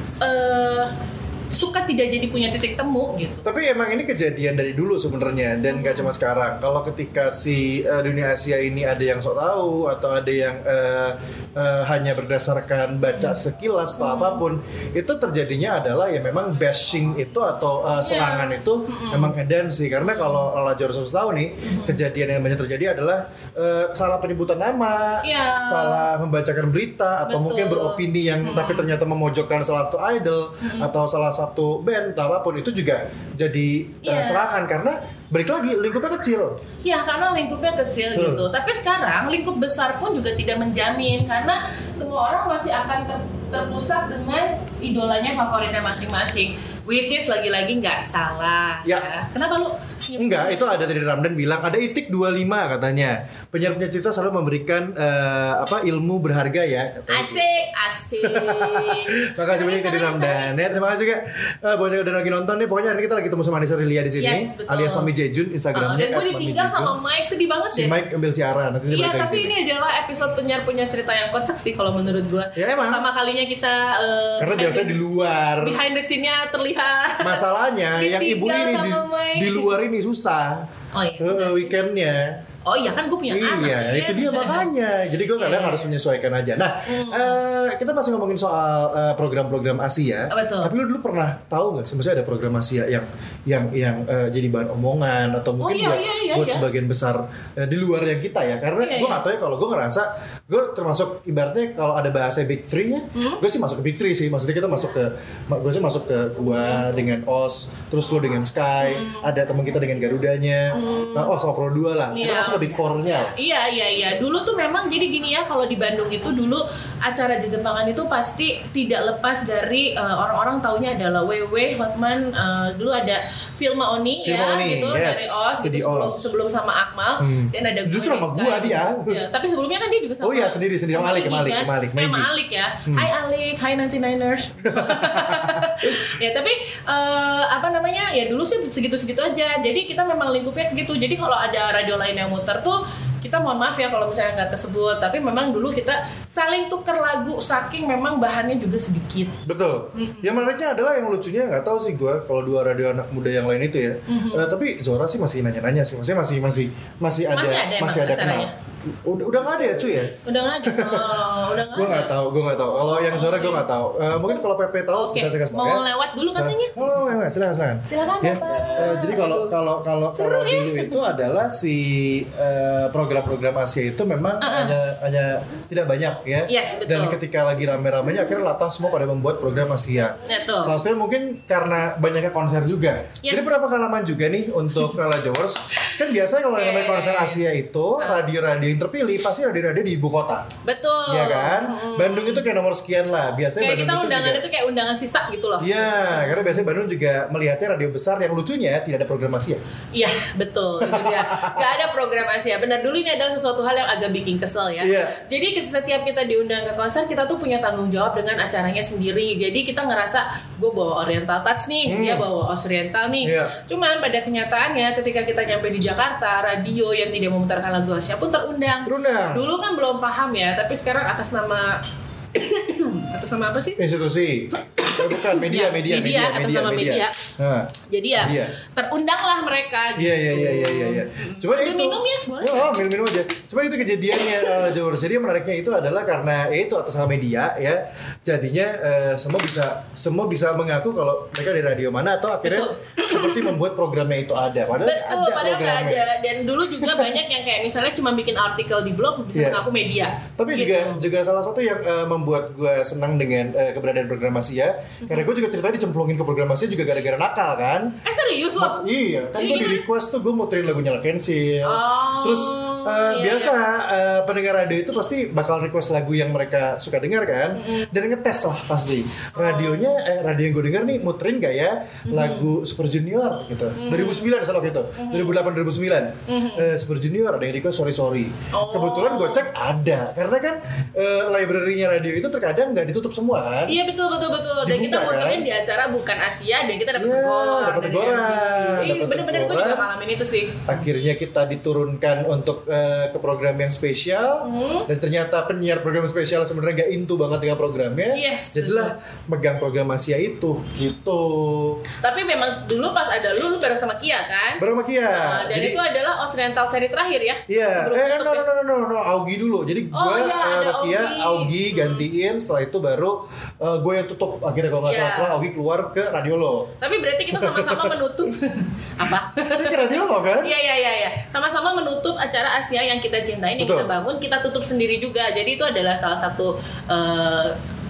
C: eh suka tidak jadi punya titik temu gitu.
B: Tapi emang ini kejadian dari dulu sebenarnya dan gak cuma sekarang. Kalau ketika si uh, dunia Asia ini ada yang sok tahu atau ada yang uh, uh, hanya berdasarkan baca sekilas atau apapun, itu terjadinya adalah ya memang bashing itu atau uh, serangan itu memang edan sih. Karena kalau Lajor harus tahu nih, kejadian yang banyak terjadi adalah uh, salah penyebutan nama,
C: Iya.
B: salah membacakan berita atau
C: Betul.
B: mungkin beropini yang tapi ternyata memojokkan salah satu idol atau salah satu band atau apapun itu juga jadi
C: Iya.
B: uh, serangan karena balik lagi lingkupnya kecil.
C: Ya karena lingkupnya kecil
B: Hmm.
C: gitu. Tapi sekarang lingkup besar pun juga tidak menjamin karena semua orang masih akan ter- terpusat dengan idolanya favoritnya masing-masing. Which is lagi-lagi nggak salah.
B: Ya.
C: Ya. Kenapa lu?
B: Enggak, itu ada dari Ramdan bilang ada itik dua puluh lima katanya. Penyiar-penyiar cerita selalu memberikan uh, apa ilmu berharga ya. katanya.
C: Asik, asik.
B: Makasih banyak dari Ramdan ya. Terima kasih Kak. Uh, buat yang udah lagi nonton nih, pokoknya hari ini kita lagi ketemu sama Anissa Rilia di sini,
C: Yes, betul.
B: alias Mami Jejun
C: Oh,
B: Instagramnya.
C: dan gue
B: at Mami
C: ditinggal
B: Jejun.
C: sama Mike, sedih banget
B: Si
C: deh.
B: Mike ambil siaran nanti dia
C: Iya,
B: balik lagi
C: tapi
B: sini.
C: ini adalah episode penyiar punya cerita yang kocak sih kalau menurut gue.
B: Ya, emang.
C: Pertama kalinya kita uh,
B: Karena
C: behind
B: biasanya
C: the-
B: di luar.
C: behind the scene-nya terlihat.
B: Masalahnya yang ibu
C: Ditinggal
B: ini di,
C: sama Mike.
B: di luar ini susah.
C: Oh iya.
B: Uh, weekendnya.
C: Oh iya kan gue punya anak.
B: Iya,
C: ya.
B: itu dia makanya. Jadi gue kadang
C: Iya.
B: harus menyesuaikan aja. Nah, eh, kita masih ngomongin soal eh, program-program Asia.
C: Betul.
B: Tapi lu dulu pernah tahu nggak? Sebenarnya ada program Asia yang yang yang eh, jadi bahan omongan atau mungkin
C: iya,
B: buat,
C: iya, iya,
B: buat
C: iya.
B: sebagian besar eh, di luar yang kita ya. Karena
C: Iya,
B: gue
C: iya.
B: nggak tahu ya kalau gue ngerasa gue termasuk ibaratnya kalau ada bahasa Big Three-nya,
C: Hmm?
B: gue sih masuk ke Big Three sih. Maksudnya kita masuk ke, gue sih masuk ke gua dengan Os, terus lu dengan Sky, ada teman kita dengan Garudanya, nah, oh sama Pro dua lah. Kita
C: Hmm. Iya.
B: masuk ke Big Four-nya.
C: Iya iya iya. Dulu tuh memang jadi gini ya, kalau di Bandung itu dulu acara Jejepangan itu pasti tidak lepas dari uh, orang-orang taunya adalah Wewe, Hotman, uh, dulu ada Filma Oni
B: Filma
C: ya
B: Oni,
C: gitu
B: yes,
C: dari Os
B: itu
C: gitu
B: di
C: sebelum,
B: Os.
C: sebelum sama Akmal
B: Hmm.
C: dan ada gue
B: Justru
C: di
B: sama
C: Sky.
B: gua dia.
C: Ya, tapi sebelumnya kan dia juga sama.
B: Oh iya, sendiri, sendiri. Sama Alik,
C: Igi,
B: sama Alik,
C: kan?
B: sama Alik,
C: Eh, sama
B: Maggie.
C: Alik ya.
B: Hmm.
C: Hai Alik, hai ninety niners. Ya tapi eh, apa namanya ya dulu sih segitu-segitu aja. Jadi kita memang lingkupnya segitu. Jadi kalau ada radio lain yang muter tuh kita mohon maaf ya kalau misalnya nggak kesebut. Tapi memang dulu kita saling tuker lagu saking memang bahannya juga sedikit.
B: Betul. Yang menariknya adalah yang lucunya nggak tahu sih gue kalau dua radio anak muda yang lain itu ya. Eh, tapi Zora sih masih nanya-nanya sih, masih masih masih masih ada
C: Masih ada emang
B: masih ada kenal.
C: acaranya?
B: Udah udah nggak ada ya cuy ya?
C: Udah nggak ada. Oh, udah nggak
B: Gue
C: ada.
B: nggak tahu, gue nggak tahu. Kalau yang Zora gue nggak tahu. Eh, mungkin kalau P P tahu
C: Oke,
B: bisa dikasih tahu
C: mau
B: ya.
C: lewat dulu katanya.
B: Oh, ya, silakan silakan.
C: Silakan,
B: Ya.
C: Bapak.
B: eh, jadi kalau kalau kalau
C: Seru
B: kalau
C: ya.
B: dulu itu adalah si eh, program-program Asia itu memang hanya hanya tidak banyak ya.
C: Yes, betul.
B: Dan ketika lagi rame-ramenya akhirnya Latas semua pada membuat program Asia.
C: Ya, tuh.
B: Salah satunya mungkin karena banyaknya konser juga.
C: Yes.
B: Jadi pernah pengalaman juga nih untuk Rala Jawers. Kan biasanya kalau yang namanya konser Asia itu radio-radio yang terpilih pasti radio-radio di ibu kota.
C: Betul.
B: Iya kan? Bandung itu kayak nomor sekian lah. Biasanya
C: Kayak
B: Bandung
C: kita
B: itu
C: undangan
B: juga.
C: itu kayak undangan sisa gitu loh.
B: Iya, karena biasanya Bandung juga melihatnya radio besar yang lucunya tidak ada program Asia.
C: Iya, betul. Itu dia. Gak ada program Asia. Benar, dulu ini adalah sesuatu hal yang agak bikin kesel ya.
B: Iya.
C: Jadi setiap kita diundang ke konser, kita tuh punya tanggung jawab dengan acaranya sendiri. Jadi kita ngerasa, gue bawa Oriental Touch nih,
B: Hmm.
C: dia bawa Oriental nih.
B: Iya.
C: Cuman pada kenyataannya ketika kita nyampe di Jakarta, radio yang tidak memutarkan lagu Asia pun terundang.
B: Terundang.
C: Dulu kan belum paham ya, tapi sekarang atas nama atas nama apa sih?
B: Institusi. Eh, bukan media,
C: Ya,
B: media,
C: media,
B: media,
C: atas
B: media,
C: nama media.
B: Nah,
C: Jadi ya
B: Media.
C: terundanglah mereka.
B: Iya iya iya iya iya. iya. Cuman
C: Ambil
B: itu.
C: minum ya, boleh?
B: Oh, minum minum aja. Cuman itu kejadiannya uh, Jawers. Jadi yang menariknya itu adalah karena ya itu atas nama media ya. Jadinya eh, semua bisa semua bisa mengaku kalau mereka di radio mana atau akhirnya seperti membuat programnya itu ada. Padahal
C: Betul,
B: ada
C: padahal nggak
B: programnya.
C: ada. Dan dulu juga banyak yang kayak misalnya cuma bikin artikel di blog bisa
B: Iya.
C: mengaku media.
B: Tapi
C: Gitu.
B: juga juga salah satu yang eh, membuat gue senang dengan eh, keberadaan program Asia, karena gue juga ceritanya dicemplungin ke program Asia juga gara-gara nakal kan.
C: Eh serius loh?
B: Iya, kan
C: Jadi
B: gue di
C: gimana?
B: request tuh gue muterin lagunya La Kensil.
C: Oh,
B: Terus eh,
C: iya,
B: biasa eh, pendengar radio itu pasti bakal request lagu yang mereka suka dengar kan, dan ngetes lah pasti. Radionya, eh, radio yang gue dengar nih muterin gak ya lagu Super Junior gitu. dua ribu sembilan salah gitu. dua ribu delapan dua ribu sembilan Eh, Super Junior ada yang request Sorry Sorry.
C: Oh.
B: Kebetulan gue cek ada, karena kan eh, library-nya radio itu terkadang nggak ditutup semua kan.
C: Iya betul betul betul. Dan
B: Dibuka,
C: kita muterin
B: kan?
C: di acara bukan Asia dan kita dapat
B: Iya,
C: teguran.
B: dapat
C: dari
B: teguran,
C: M V. Ih,
B: dapat
C: bener-bener gue
B: teguran.
C: juga ngalamin itu sih.
B: Akhirnya kita diturunkan untuk eh, ke program yang spesial, dan ternyata penyiar program spesial sebenarnya gak into banget dengan programnya.
C: Yes,
B: jadilah megang program Asia itu gitu.
C: Tapi memang dulu pas ada lu, lu bareng sama Kia kan?
B: Bareng sama Kia.
C: Nah, dan
B: Jadi,
C: itu adalah Oriental seri terakhir ya?
B: iya,
C: Sebelum
B: eh
C: tutup
B: no,
C: ya?
B: no no no no no Augie dulu. Jadi
C: Oh,
B: gue
C: iya, ada
B: sama Kia,
C: Augie.
B: Augie gantiin. Setelah itu baru eh, gue yang tutup. Akhirnya kalau nggak
C: Iya.
B: salah, setelah Augie keluar ke Radio Lo.
C: Tapi berarti kita sama-sama menutup apa?
B: Ini ke Radio Lo kan?
C: Iya iya iya iya. Sama-sama menutup acara Asia yang kita cintain, yang
B: Betul.
C: kita bangun, kita tutup sendiri juga. Jadi itu adalah salah satu eh,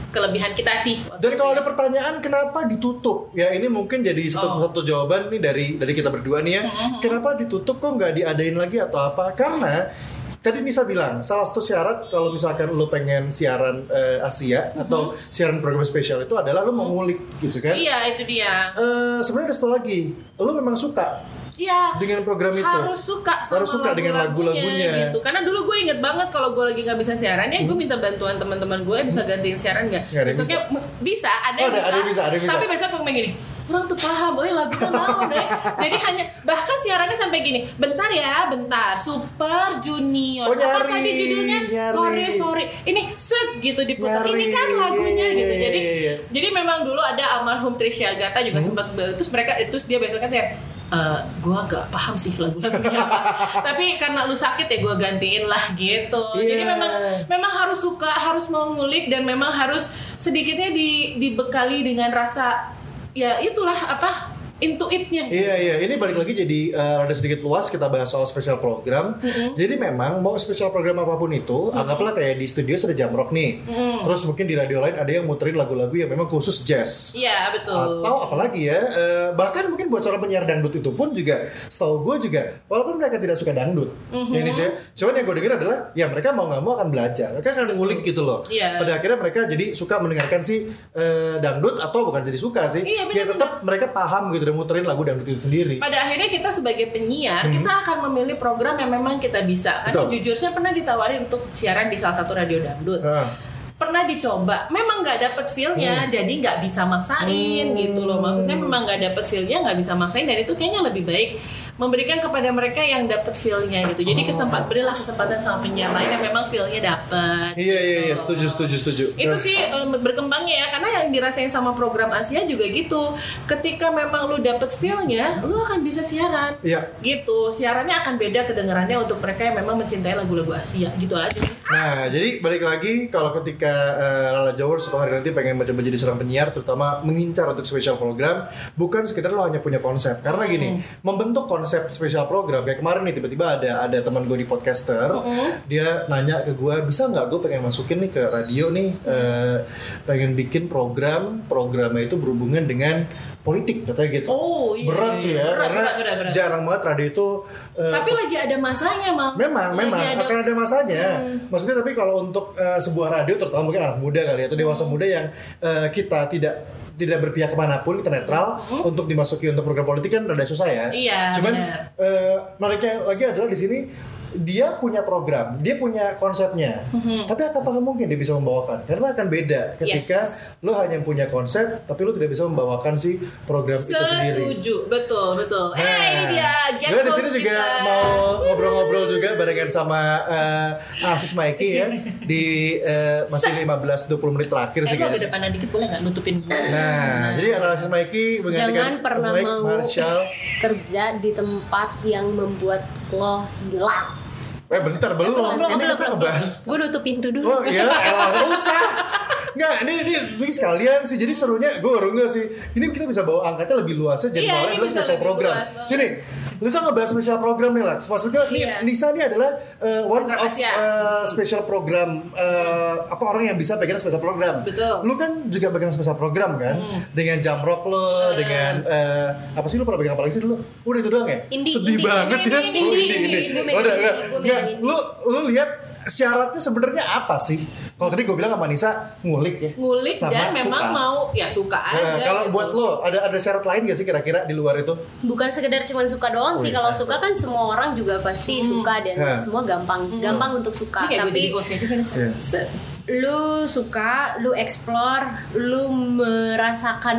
C: kelebihan kita sih.
B: Dan kalau ada pertanyaan kenapa ditutup? Ya ini mungkin jadi satu,
C: Oh.
B: satu jawaban nih dari dari kita berdua nih ya. Kenapa ditutup kok nggak diadain lagi atau apa? Karena tadi Nisa bilang salah satu syarat kalau misalkan lo pengen siaran eh, Asia atau siaran program spesial itu adalah lo mau ngulik gitu kan?
C: Iya, itu dia.
B: Eh, sebenarnya ada satu lagi, lo memang suka
C: Iya.
B: dengan program itu.
C: Harus suka sama
B: Harus suka dengan lagu-lagunya.
C: gitu. Karena dulu gue inget banget kalau gue lagi nggak bisa siaran ya gue minta bantuan teman-teman gue bisa gantiin siaran nggak?
B: Nggak ada yang
C: Besoknya m- bisa, ada
B: Oh,
C: yang
B: ada-
C: bisa,
B: ada yang bisa, ada yang bisa.
C: Tapi besok gue gini, kurang tuh paham, oh lagunya mau deh. Jadi hanya bahkan siarannya sampai gini, bentar ya, bentar, Super Junior.
B: Oh,
C: Apa
B: nyari,
C: tadi judulnya?
B: nyari.
C: Sorry, sorry. Ini set gitu diputar.
B: Nyari,
C: Ini kan lagunya
B: iya,
C: gitu.
B: iya,
C: Jadi
B: iya, iya.
C: jadi memang dulu ada almarhum Trisha Agatha juga sempat terus mereka terus dia besoknya kayak Uh, gue gak paham sih lagu-lagunya apa, tapi karena lu sakit ya gue gantiin lah gitu. Jadi
B: Yeah.
C: memang memang harus suka, harus mau ngulik dan memang harus sedikitnya di, dibekali dengan rasa ya itulah apa intuitnya.
B: Iya iya, ini balik lagi jadi uh, rada sedikit luas kita bahas soal spesial program.
C: Mm-hmm.
B: Jadi memang mau spesial program apapun itu, mm-hmm. anggaplah kayak di studio sudah jamrock nih. Mm-hmm. Terus mungkin di radio lain ada yang muterin lagu-lagu yang memang khusus jazz.
C: Iya betul.
B: Atau apalagi ya, uh, bahkan mungkin buat seorang penyiar dangdut itu pun juga, setahu gue juga, walaupun mereka tidak suka dangdut,
C: Mm-hmm.
B: ya ini sih. Cuman yang gue dengar adalah, ya mereka mau nggak mau akan belajar, mereka akan ngulik gitu loh.
C: Iya.
B: Pada akhirnya mereka jadi suka mendengarkan si uh, dangdut atau bukan jadi suka sih,
C: Iya,
B: ya
C: benar-benar.
B: tetap mereka paham gitu dan muterin lagu dangdut itu sendiri.
C: Pada akhirnya kita sebagai penyiar kita akan memilih program yang memang kita bisa. Karena
B: Betul.
C: jujur saya pernah ditawarin untuk siaran di salah satu radio dangdut.
B: Ah.
C: Pernah dicoba, memang nggak dapet feel-nya, jadi nggak bisa maksain
B: Hmm.
C: gitu loh. Maksudnya memang nggak dapet feel-nya, nggak bisa maksain, dan itu kayaknya lebih baik memberikan kepada mereka yang dapet feel-nya gitu. Jadi kesempat berilah kesempatan sama penyiar lain yang memang feel-nya dapet.
B: Iya iya iya,
C: gitu.
B: setuju setuju setuju.
C: Itu
B: Nah,
C: sih um, berkembangnya ya, karena yang dirasain sama program Asia juga gitu. Ketika memang lu dapet feel-nya, lu akan bisa siaran.
B: Iya.
C: Gitu, siarannya akan beda kedengarannya untuk mereka yang memang mencintai lagu-lagu Asia, gitu aja.
B: Nah, jadi balik lagi kalau ketika uh, Lala Jawor suatu hari nanti pengen mencoba jadi seorang penyiar, terutama mengincar untuk spesial program, bukan sekedar lo hanya punya konsep. Karena gini, membentuk konsep spesial program kayak kemarin nih tiba-tiba ada ada teman gue di podcaster, dia nanya ke gue, bisa nggak gue pengen masukin nih ke radio nih, uh, pengen bikin program, programnya itu berhubungan dengan politik katanya gitu.
C: Oh, iya.
B: Berat sih ya,
C: Berat,
B: karena
C: berat, berat, berat.
B: jarang banget radio itu. uh,
C: Tapi lagi ada masanya, Mal.
B: Memang,
C: Lagi
B: memang
C: ada-
B: akan ada masanya. Maksudnya tapi kalau untuk uh, sebuah radio, terutama mungkin anak muda kali atau dewasa muda yang uh, kita tidak tidak berpihak kemanapun, kita netral untuk dimasuki untuk program politik kan rada susah ya.
C: Iya,
B: Cuman
C: benar.
B: uh, menariknya lagi adalah di sini dia punya program, dia punya konsepnya. Tapi apakah mungkin dia bisa membawakan? Karena akan beda ketika lo hanya punya konsep, tapi lo tidak bisa membawakan si program itu sendiri.
C: Setuju, betul, betul.
B: Nah,
C: eh, ini dia guest
B: gue di
C: host
B: sini juga
C: kita.
B: mau ngobrol-ngobrol juga barengan sama uh, Asis Maiki ya di uh, masih lima belas dua puluh menit terakhir
C: Eh,
B: sih
C: lo
B: guys.
C: agak depanan dikit boleh nggak nutupin gue?
B: Nah, jadi ada Asis Maiki menggantikan
F: Jangan pernah
B: Mike
F: mau
B: Marshall.
F: kerja di tempat yang membuat lo hilang.
B: Eh bentar belum, ini kita ngebahas.
F: Gue nutup pintu dulu.
B: Oh iya, elah nggak usah. Nggak, ini ini ini sekalian sih. Jadi serunya gue baru nggak sih. Ini kita bisa bawa angkatnya lebih luasnya. Jadi
C: Iya,
B: awalnya
C: ini
B: adalah
C: bisa
B: spesial
C: lebih
B: program.
C: luas banget.
B: Sini, lu tuh ngebahas spesial program nih lah. Maksudnya nih,
C: Iya.
B: Nisa nih adalah uh, one
C: Program
B: of
C: Asia.
B: uh, special program. Uh, apa orang yang bisa pegang spesial program?
C: Betul.
B: Lu kan juga pegang spesial program kan? Dengan Jamrock lo, dengan uh, apa sih lu pernah pegang apa lagi sih dulu? Udah itu doang ya?
F: Indie,
B: Sedih
F: indie,
B: banget
F: indie,
B: ya.
F: indie,
B: Oh,
F: indie,
B: indie,
F: indie.
B: indie.
F: Gue megang
B: Udah,
F: indie,
B: udah.
F: gue megang
B: Nggak,
F: indie.
B: lu lu lihat syaratnya sebenarnya apa sih? Kalau tadi gue bilang sama Nisa ngulik ya.
C: Ngulik
B: Sama
C: dan memang
B: suka.
C: mau ya suka
B: Nah,
C: aja.
B: kalau
C: gitu.
B: buat lo ada ada syarat lain gak sih kira-kira di luar itu?
F: Bukan sekedar cuma suka doang
B: Oh,
F: sih.
B: iya.
F: Kalau suka kan semua orang juga pasti suka dan
B: Hmm.
F: semua gampang, gampang untuk
C: Ini
F: suka.
C: kayak gue jadi
F: Tapi
C: hostnya juga nih.
B: Iya.
F: se- lu suka, lu explore, lu merasakan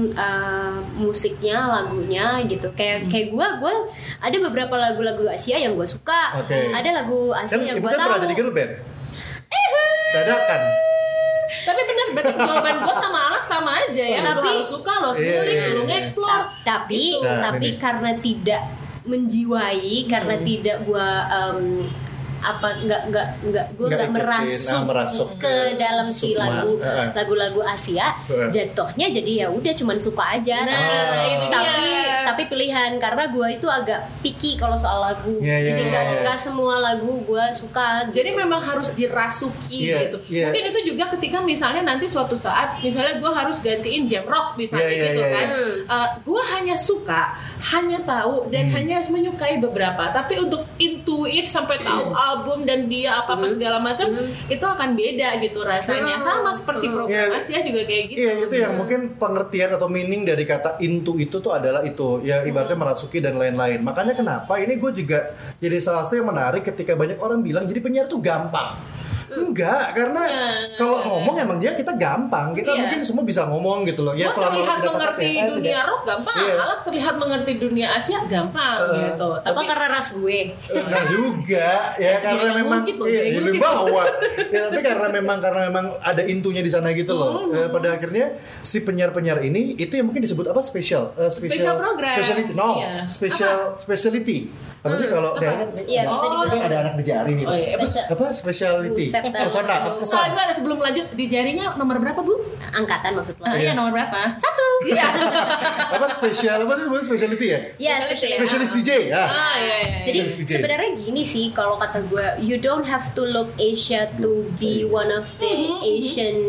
F: uh, musiknya, lagunya gitu. Kayak kayak gue, gue ada beberapa lagu-lagu Asia yang gue suka.
B: Oke.
F: Ada lagu Asia
B: Kan
F: yang
B: ibu
F: gue
B: kan
F: tahu.
B: pernah jadi girl band. Dadakan.
C: Tapi bener, berarti jawaban gue sama Alex sama aja ya.
F: Tapi-
C: Lu harus suka, lo harus
B: Iya,
C: ngulik,
B: iya,
C: lu
B: iya.
C: nge-explore.
F: Ta- tapi
B: Nah,
F: tapi
B: ini.
F: karena tidak menjiwai, karena tidak gua um, apa nggak nggak nggak gue
B: Nggak
F: nggak
B: ikutin,
F: merasuk,
B: ah, merasuk
F: ke
B: ke
F: dalam si
B: sukma.
F: lagu
B: Heeh.
F: lagu-lagu Asia.
B: Heeh.
F: Jatuhnya jadi ya udah cuman suka aja.
C: Nah,
F: tapi
C: itu
F: tapi,
C: dia.
F: tapi pilihan karena gue itu agak picky kalau soal lagu.
B: Iya, iya,
F: jadi nggak
B: iya, iya.
F: nggak semua lagu gue suka.
C: Jadi memang harus dirasuki
B: Iya,
C: gitu.
B: iya.
C: Mungkin itu juga ketika misalnya nanti suatu saat, misalnya gue harus gantiin jam rock misalnya
B: Iya, iya,
C: gitu
B: iya,
C: kan.
F: iya.
C: Uh, gue hanya suka, hanya tahu dan
B: Hmm.
C: hanya menyukai beberapa. Tapi untuk into it sampai tahu album dan dia apa apa segala macam, itu akan beda gitu rasanya.
F: Hmm.
C: Sama seperti program
B: Iya.
C: Asia juga kayak gitu.
B: Iya itu yang mungkin pengertian atau meaning dari kata into itu tuh adalah itu ya ibaratnya merasuki dan lain-lain. Makanya kenapa ini gue juga jadi salah satu yang menarik ketika banyak orang bilang jadi penyiar tuh gampang. Enggak, karena
C: Enggak,
B: kalau
C: enggak.
B: ngomong emang dia kita gampang, kita
C: Iya.
B: mungkin semua bisa ngomong gitu loh. Ya
C: Gue
B: selama
C: terlihat
B: tidak
C: mengerti
B: pakai, eh,
C: dunia
B: tidak.
C: rock gampang,
B: Iya.
C: Alex terlihat mengerti dunia Asia gampang
B: Eh,
C: gitu.
F: Apa
C: Tapi
F: karena ras gue?
B: Nah juga ya karena
C: Jangan
B: memang
C: ngungkit loh,
B: iya
C: jangan
B: ya, lu
C: ngungkit.
B: bawa ya tapi karena memang karena memang ada intunya di sana gitu loh.
C: Hmm.
B: Eh, pada akhirnya si penyiar-penyiar ini itu yang mungkin disebut apa special eh,
C: Special program.
B: speciality no
C: Iya.
B: special speciality apa sih kalau
C: Apa?
B: dia kan
F: Iya, bisa
B: oh,
F: dibilang.
B: ada anak di jari nih
C: Oh, iya.
F: Spesial-
B: apa speciality
F: Buset, dah.
B: persona
F: Aduh.
B: persona
C: Oh, enggak, sebelum lanjut di jarinya nomor berapa bu?
F: Angkatan maksud lo?
C: Ah, iya nomor berapa? Satu. Iya.
B: apa spesial apa sih sebutnya speciality ya
F: Iya,
C: Spesialis
F: spesial.
B: specialist D J ya
C: Ah iya iya.
F: Jadi
B: Specialist D J.
F: sebenarnya gini sih kalau kata gue, you don't have to look Asia to be one of the Asian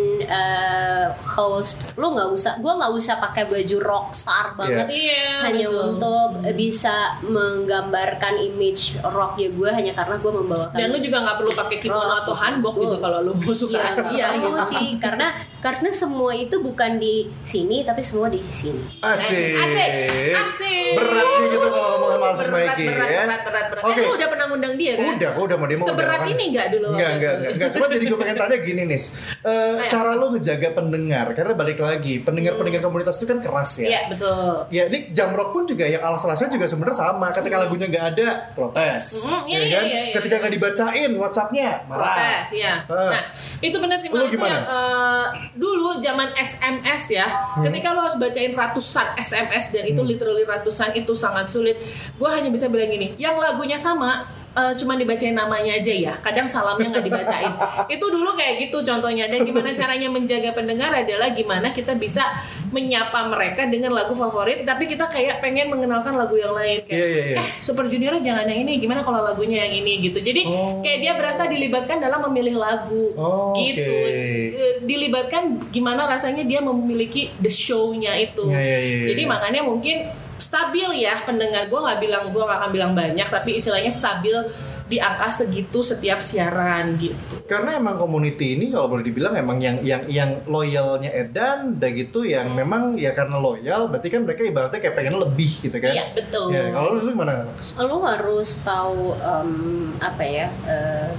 F: uh, host. Lo nggak usah, gue nggak usah pakai baju rockstar banget.
C: Iya,
F: Hanya
C: betul.
F: untuk uh, bisa menggambarkan image rock ya gue hanya karena gue membawakan.
C: Dan lu juga nggak perlu pakai kimono atau hanbok gitu kalau lu mau suka
F: Iya,
C: Asia
F: nggak
C: gitu.
F: mau sih karena karena semua itu bukan di sini tapi semua di sini.
B: asik
C: Asik, asik.
B: berat nih gitu kalau ngomong sama Alsis
C: Berat,
B: Maiki
C: berat,
B: ya
C: berat, berat, berat.
B: Oke.
C: Eh, lu udah pernah ngundang dia kan?
B: Udah, udah mau demo.
C: Seberat ini nggak dulu waktu
B: Enggak, enggak,
C: itu?
B: enggak, enggak. Cuma jadi gue pengen tanya gini nih, uh,
C: Ayo.
B: cara lo ngejaga pendengar, karena balik lagi pendengar-pendengar komunitas itu kan keras ya.
C: Iya betul.
B: Ya, ini jam rock pun juga yang alas-alasnya juga sebenarnya sama. Ketika lagunya nggak ada, protes.
C: Hmm, iya,
B: ya
C: iya,
B: kan?
C: iya, iya,
B: Ketika
C: iya.
B: nggak dibacain WhatsApp-nya, marah.
C: Protes ya.
B: Ah.
C: Nah itu benar sih
B: Lu
C: maksudnya.
B: gimana?
C: eh, dulu zaman S M S ya,
B: Hmm.
C: ketika lo harus bacain ratusan S M S dan itu literally ratusan itu sangat sulit. Gue hanya bisa bilang gini, yang lagunya sama. Uh, cuma dibacain namanya aja ya, kadang salamnya nggak dibacain. Itu dulu kayak gitu contohnya. Dan gimana caranya menjaga pendengar adalah gimana kita bisa menyapa mereka dengan lagu favorit, tapi kita kayak pengen mengenalkan lagu yang lain. Kayak,
B: Iya, iya, iya.
C: eh Super Junior jangan yang ini, gimana kalau lagunya yang ini gitu. Jadi
B: Oh.
C: kayak dia berasa dilibatkan dalam memilih lagu
B: Oh,
C: gitu.
B: oke.
C: E, Dilibatkan gimana rasanya dia memiliki the show-nya itu.
B: Iya, iya, iya, iya.
C: Jadi makanya mungkin stabil ya pendengar. Gue nggak bilang gue nggak akan bilang banyak, tapi istilahnya stabil di angka segitu setiap siaran gitu.
B: Karena emang community ini kalau boleh dibilang emang yang yang yang loyalnya Edan, udah gitu yang memang ya karena loyal, berarti kan mereka ibaratnya kayak pengen lebih gitu kan?
C: Iya betul.
B: Ya, kalau lu gimana? Alex?
F: Lo harus tahu em, apa ya eh,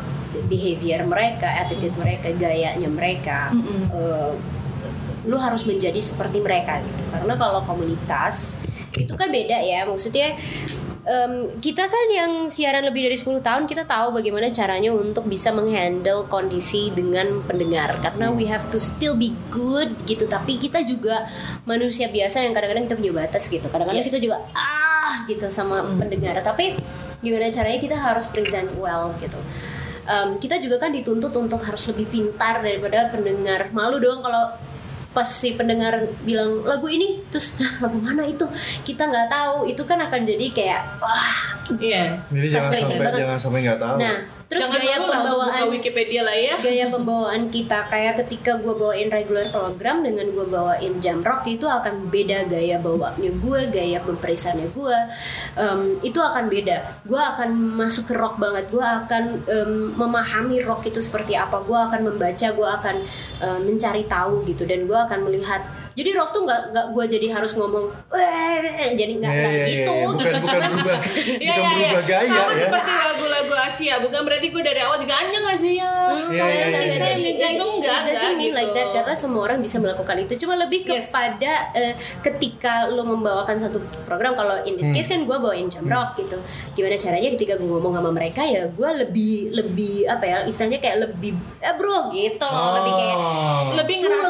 F: behavior mereka, attitude mereka, gayanya mereka. Eh, lu harus menjadi seperti mereka gitu. Karena kalau komunitas itu kan beda ya, maksudnya em, kita kan yang siaran lebih dari sepuluh tahun, kita tahu bagaimana caranya untuk bisa menghandle kondisi dengan pendengar, karena we have to still be good gitu. Tapi kita juga manusia biasa yang kadang-kadang kita punya batas gitu, kadang-kadang
C: Yes.
F: kita juga ah gitu sama pendengar, tapi gimana caranya kita harus present well gitu. Um, kita juga kan dituntut untuk harus lebih pintar daripada pendengar. Malu doang kalau pas si pendengar bilang lagu ini terus nah, lagu mana itu kita nggak tahu, itu kan akan jadi kayak wah.
C: Iya.
B: Jadi jangan
F: Frustrating
B: sampai
F: banget.
B: jangan sampai nggak tahu.
F: Nah terus
C: Jangan
F: gaya
C: malu lah untuk
F: pembawaan
C: buka Wikipedia lah ya.
F: gaya pembawaan kita kayak ketika gue bawain regular program dengan gue bawain jam rock itu akan beda gaya bawaannya gue, gaya pemerisaannya gue, um, itu akan beda. Gue akan masuk ke rock banget, gue akan um, memahami rock itu seperti apa, gue akan membaca, gue akan um, mencari tahu gitu, dan gue akan melihat. Jadi rock tuh nggak nggak gue jadi harus ngomong, "Weh," jadi nggak
B: Iya,
F: nggak
B: iya,
F: gitu,
B: iya. Bukan
F: gitu.
B: bukan
F: Cuman-
B: berubah,
C: Iya,
B: bukan
C: iya, iya.
B: berubah gaya
C: Sama
B: ya.
C: seperti lagu-lagu Asia. Bukan berarti gue dari awal juga anjing Asia.
F: Hmm,
B: Iya,
F: saya
B: iya,
F: nggak
B: iya,
F: bisa
B: iya.
F: di-
C: Itu enggak,
F: it
C: enggak
F: doesn't mean like
C: gitu.
F: that, karena semua orang bisa melakukan itu. Cuma lebih
C: Yes.
F: kepada eh, ketika lo membawakan satu program, kalau in this case kan gue bawain jam rock gitu. Gimana caranya ketika gue ngomong sama mereka ya gue lebih lebih apa ya istilahnya kayak lebih eh bro gitu,
B: Oh.
F: lebih kayak
C: Lebih
F: "Lu lagu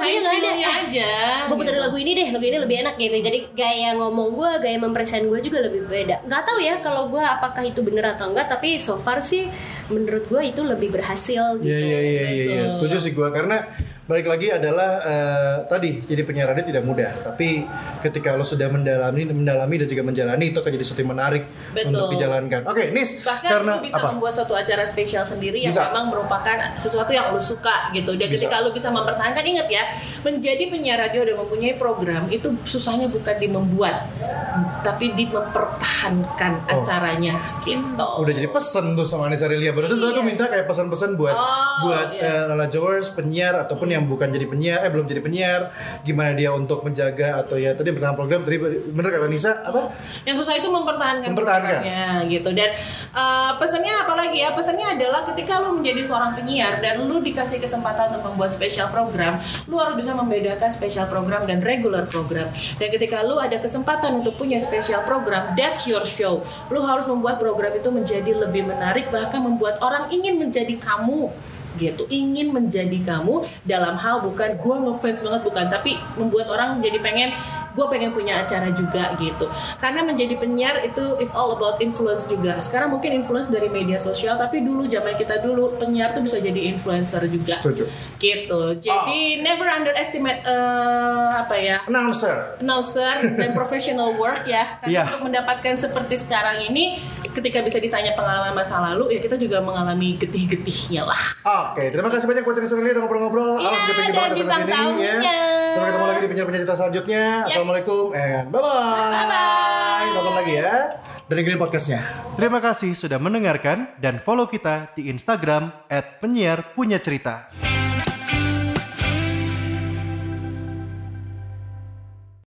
F: lagunya nggak ada.
C: feel-nya aja.
F: Gue puterin
C: gitu.
F: lagu ini deh, lagu ini lebih enak gitu. Jadi gaya ngomong gue, gaya mempresent gue juga lebih beda. Gak tahu ya kalau gue apakah itu bener atau enggak, tapi so far sih menurut gue itu lebih berhasil gitu.
B: Iya iya iya iya iya. Setuju sih gue karena balik lagi adalah uh, tadi jadi penyiar radio tidak mudah, tapi ketika lo sudah mendalami mendalami dan juga menjalani itu akan jadi sesuatu yang menarik
C: Betul.
B: untuk dijalankan. Oke, Nis,
C: Bahkan
B: karena
C: lu bisa
B: apa?
C: membuat suatu acara spesial sendiri yang
B: Bisa.
C: memang merupakan sesuatu yang lu suka gitu. Dan
B: Bisa.
C: ketika lu bisa mempertahankan, ingat ya, menjadi penyiar radio dan mempunyai program itu susahnya bukan di membuat, tapi di mempertahankan
B: Oh.
C: acaranya gitu.
B: Udah jadi pesen tuh sama Anissa Rilia. Barusan
C: Iya.
B: aku minta kayak pesan-pesan buat
C: Oh,
B: buat
C: iya.
B: eh, Lala Jowers penyiar ataupun yang bukan jadi penyiar, eh belum jadi penyiar, gimana dia untuk menjaga atau ya tadi pertahanan program tadi bener kata Nisa apa?
C: Yang susah itu mempertahankan,
B: Mempertahankan.
C: programnya gitu. Dan uh, pesannya apa lagi ya? Pesannya adalah ketika lu menjadi seorang penyiar dan lu dikasih kesempatan untuk membuat spesial program, lu harus bisa membedakan spesial program dan regular program. Dan ketika lu ada kesempatan untuk punya spesial program, that's your show. Lu harus membuat program itu menjadi lebih menarik, bahkan membuat orang ingin menjadi kamu gitu, ingin menjadi kamu dalam hal bukan gue ngefans banget, bukan, tapi membuat orang jadi pengen gue pengen punya acara juga gitu. Karena menjadi penyiar itu is all about influence juga. Sekarang mungkin influence dari media sosial, tapi dulu zaman kita dulu penyiar tuh bisa jadi influencer juga.
B: Setuju.
C: Gitu. Jadi never underestimate uh, apa ya?
B: Announcer.
C: announcer dan professional work ya. Karena
B: Iya.
C: untuk mendapatkan seperti sekarang ini, ketika bisa ditanya pengalaman masa lalu, ya kita juga mengalami getih-getihnya lah.
B: Oke, terima kasih banyak buat Anissa Rilia udah ngobrol-ngobrol.
C: Iya,
B: Alas juga thank you
C: dan
B: banget datang
C: bintang
B: ke sini ya.
C: tamunya.
B: Sampai ketemu lagi di penyiar-penyiar cerita selanjutnya.
C: Yes.
B: Assalamualaikum and bye bye.
C: Bye-bye.
B: Nonton lagi ya. Dan dengerin podcastnya.
A: Terima kasih sudah mendengarkan dan follow kita di Instagram et penyiar punya cerita.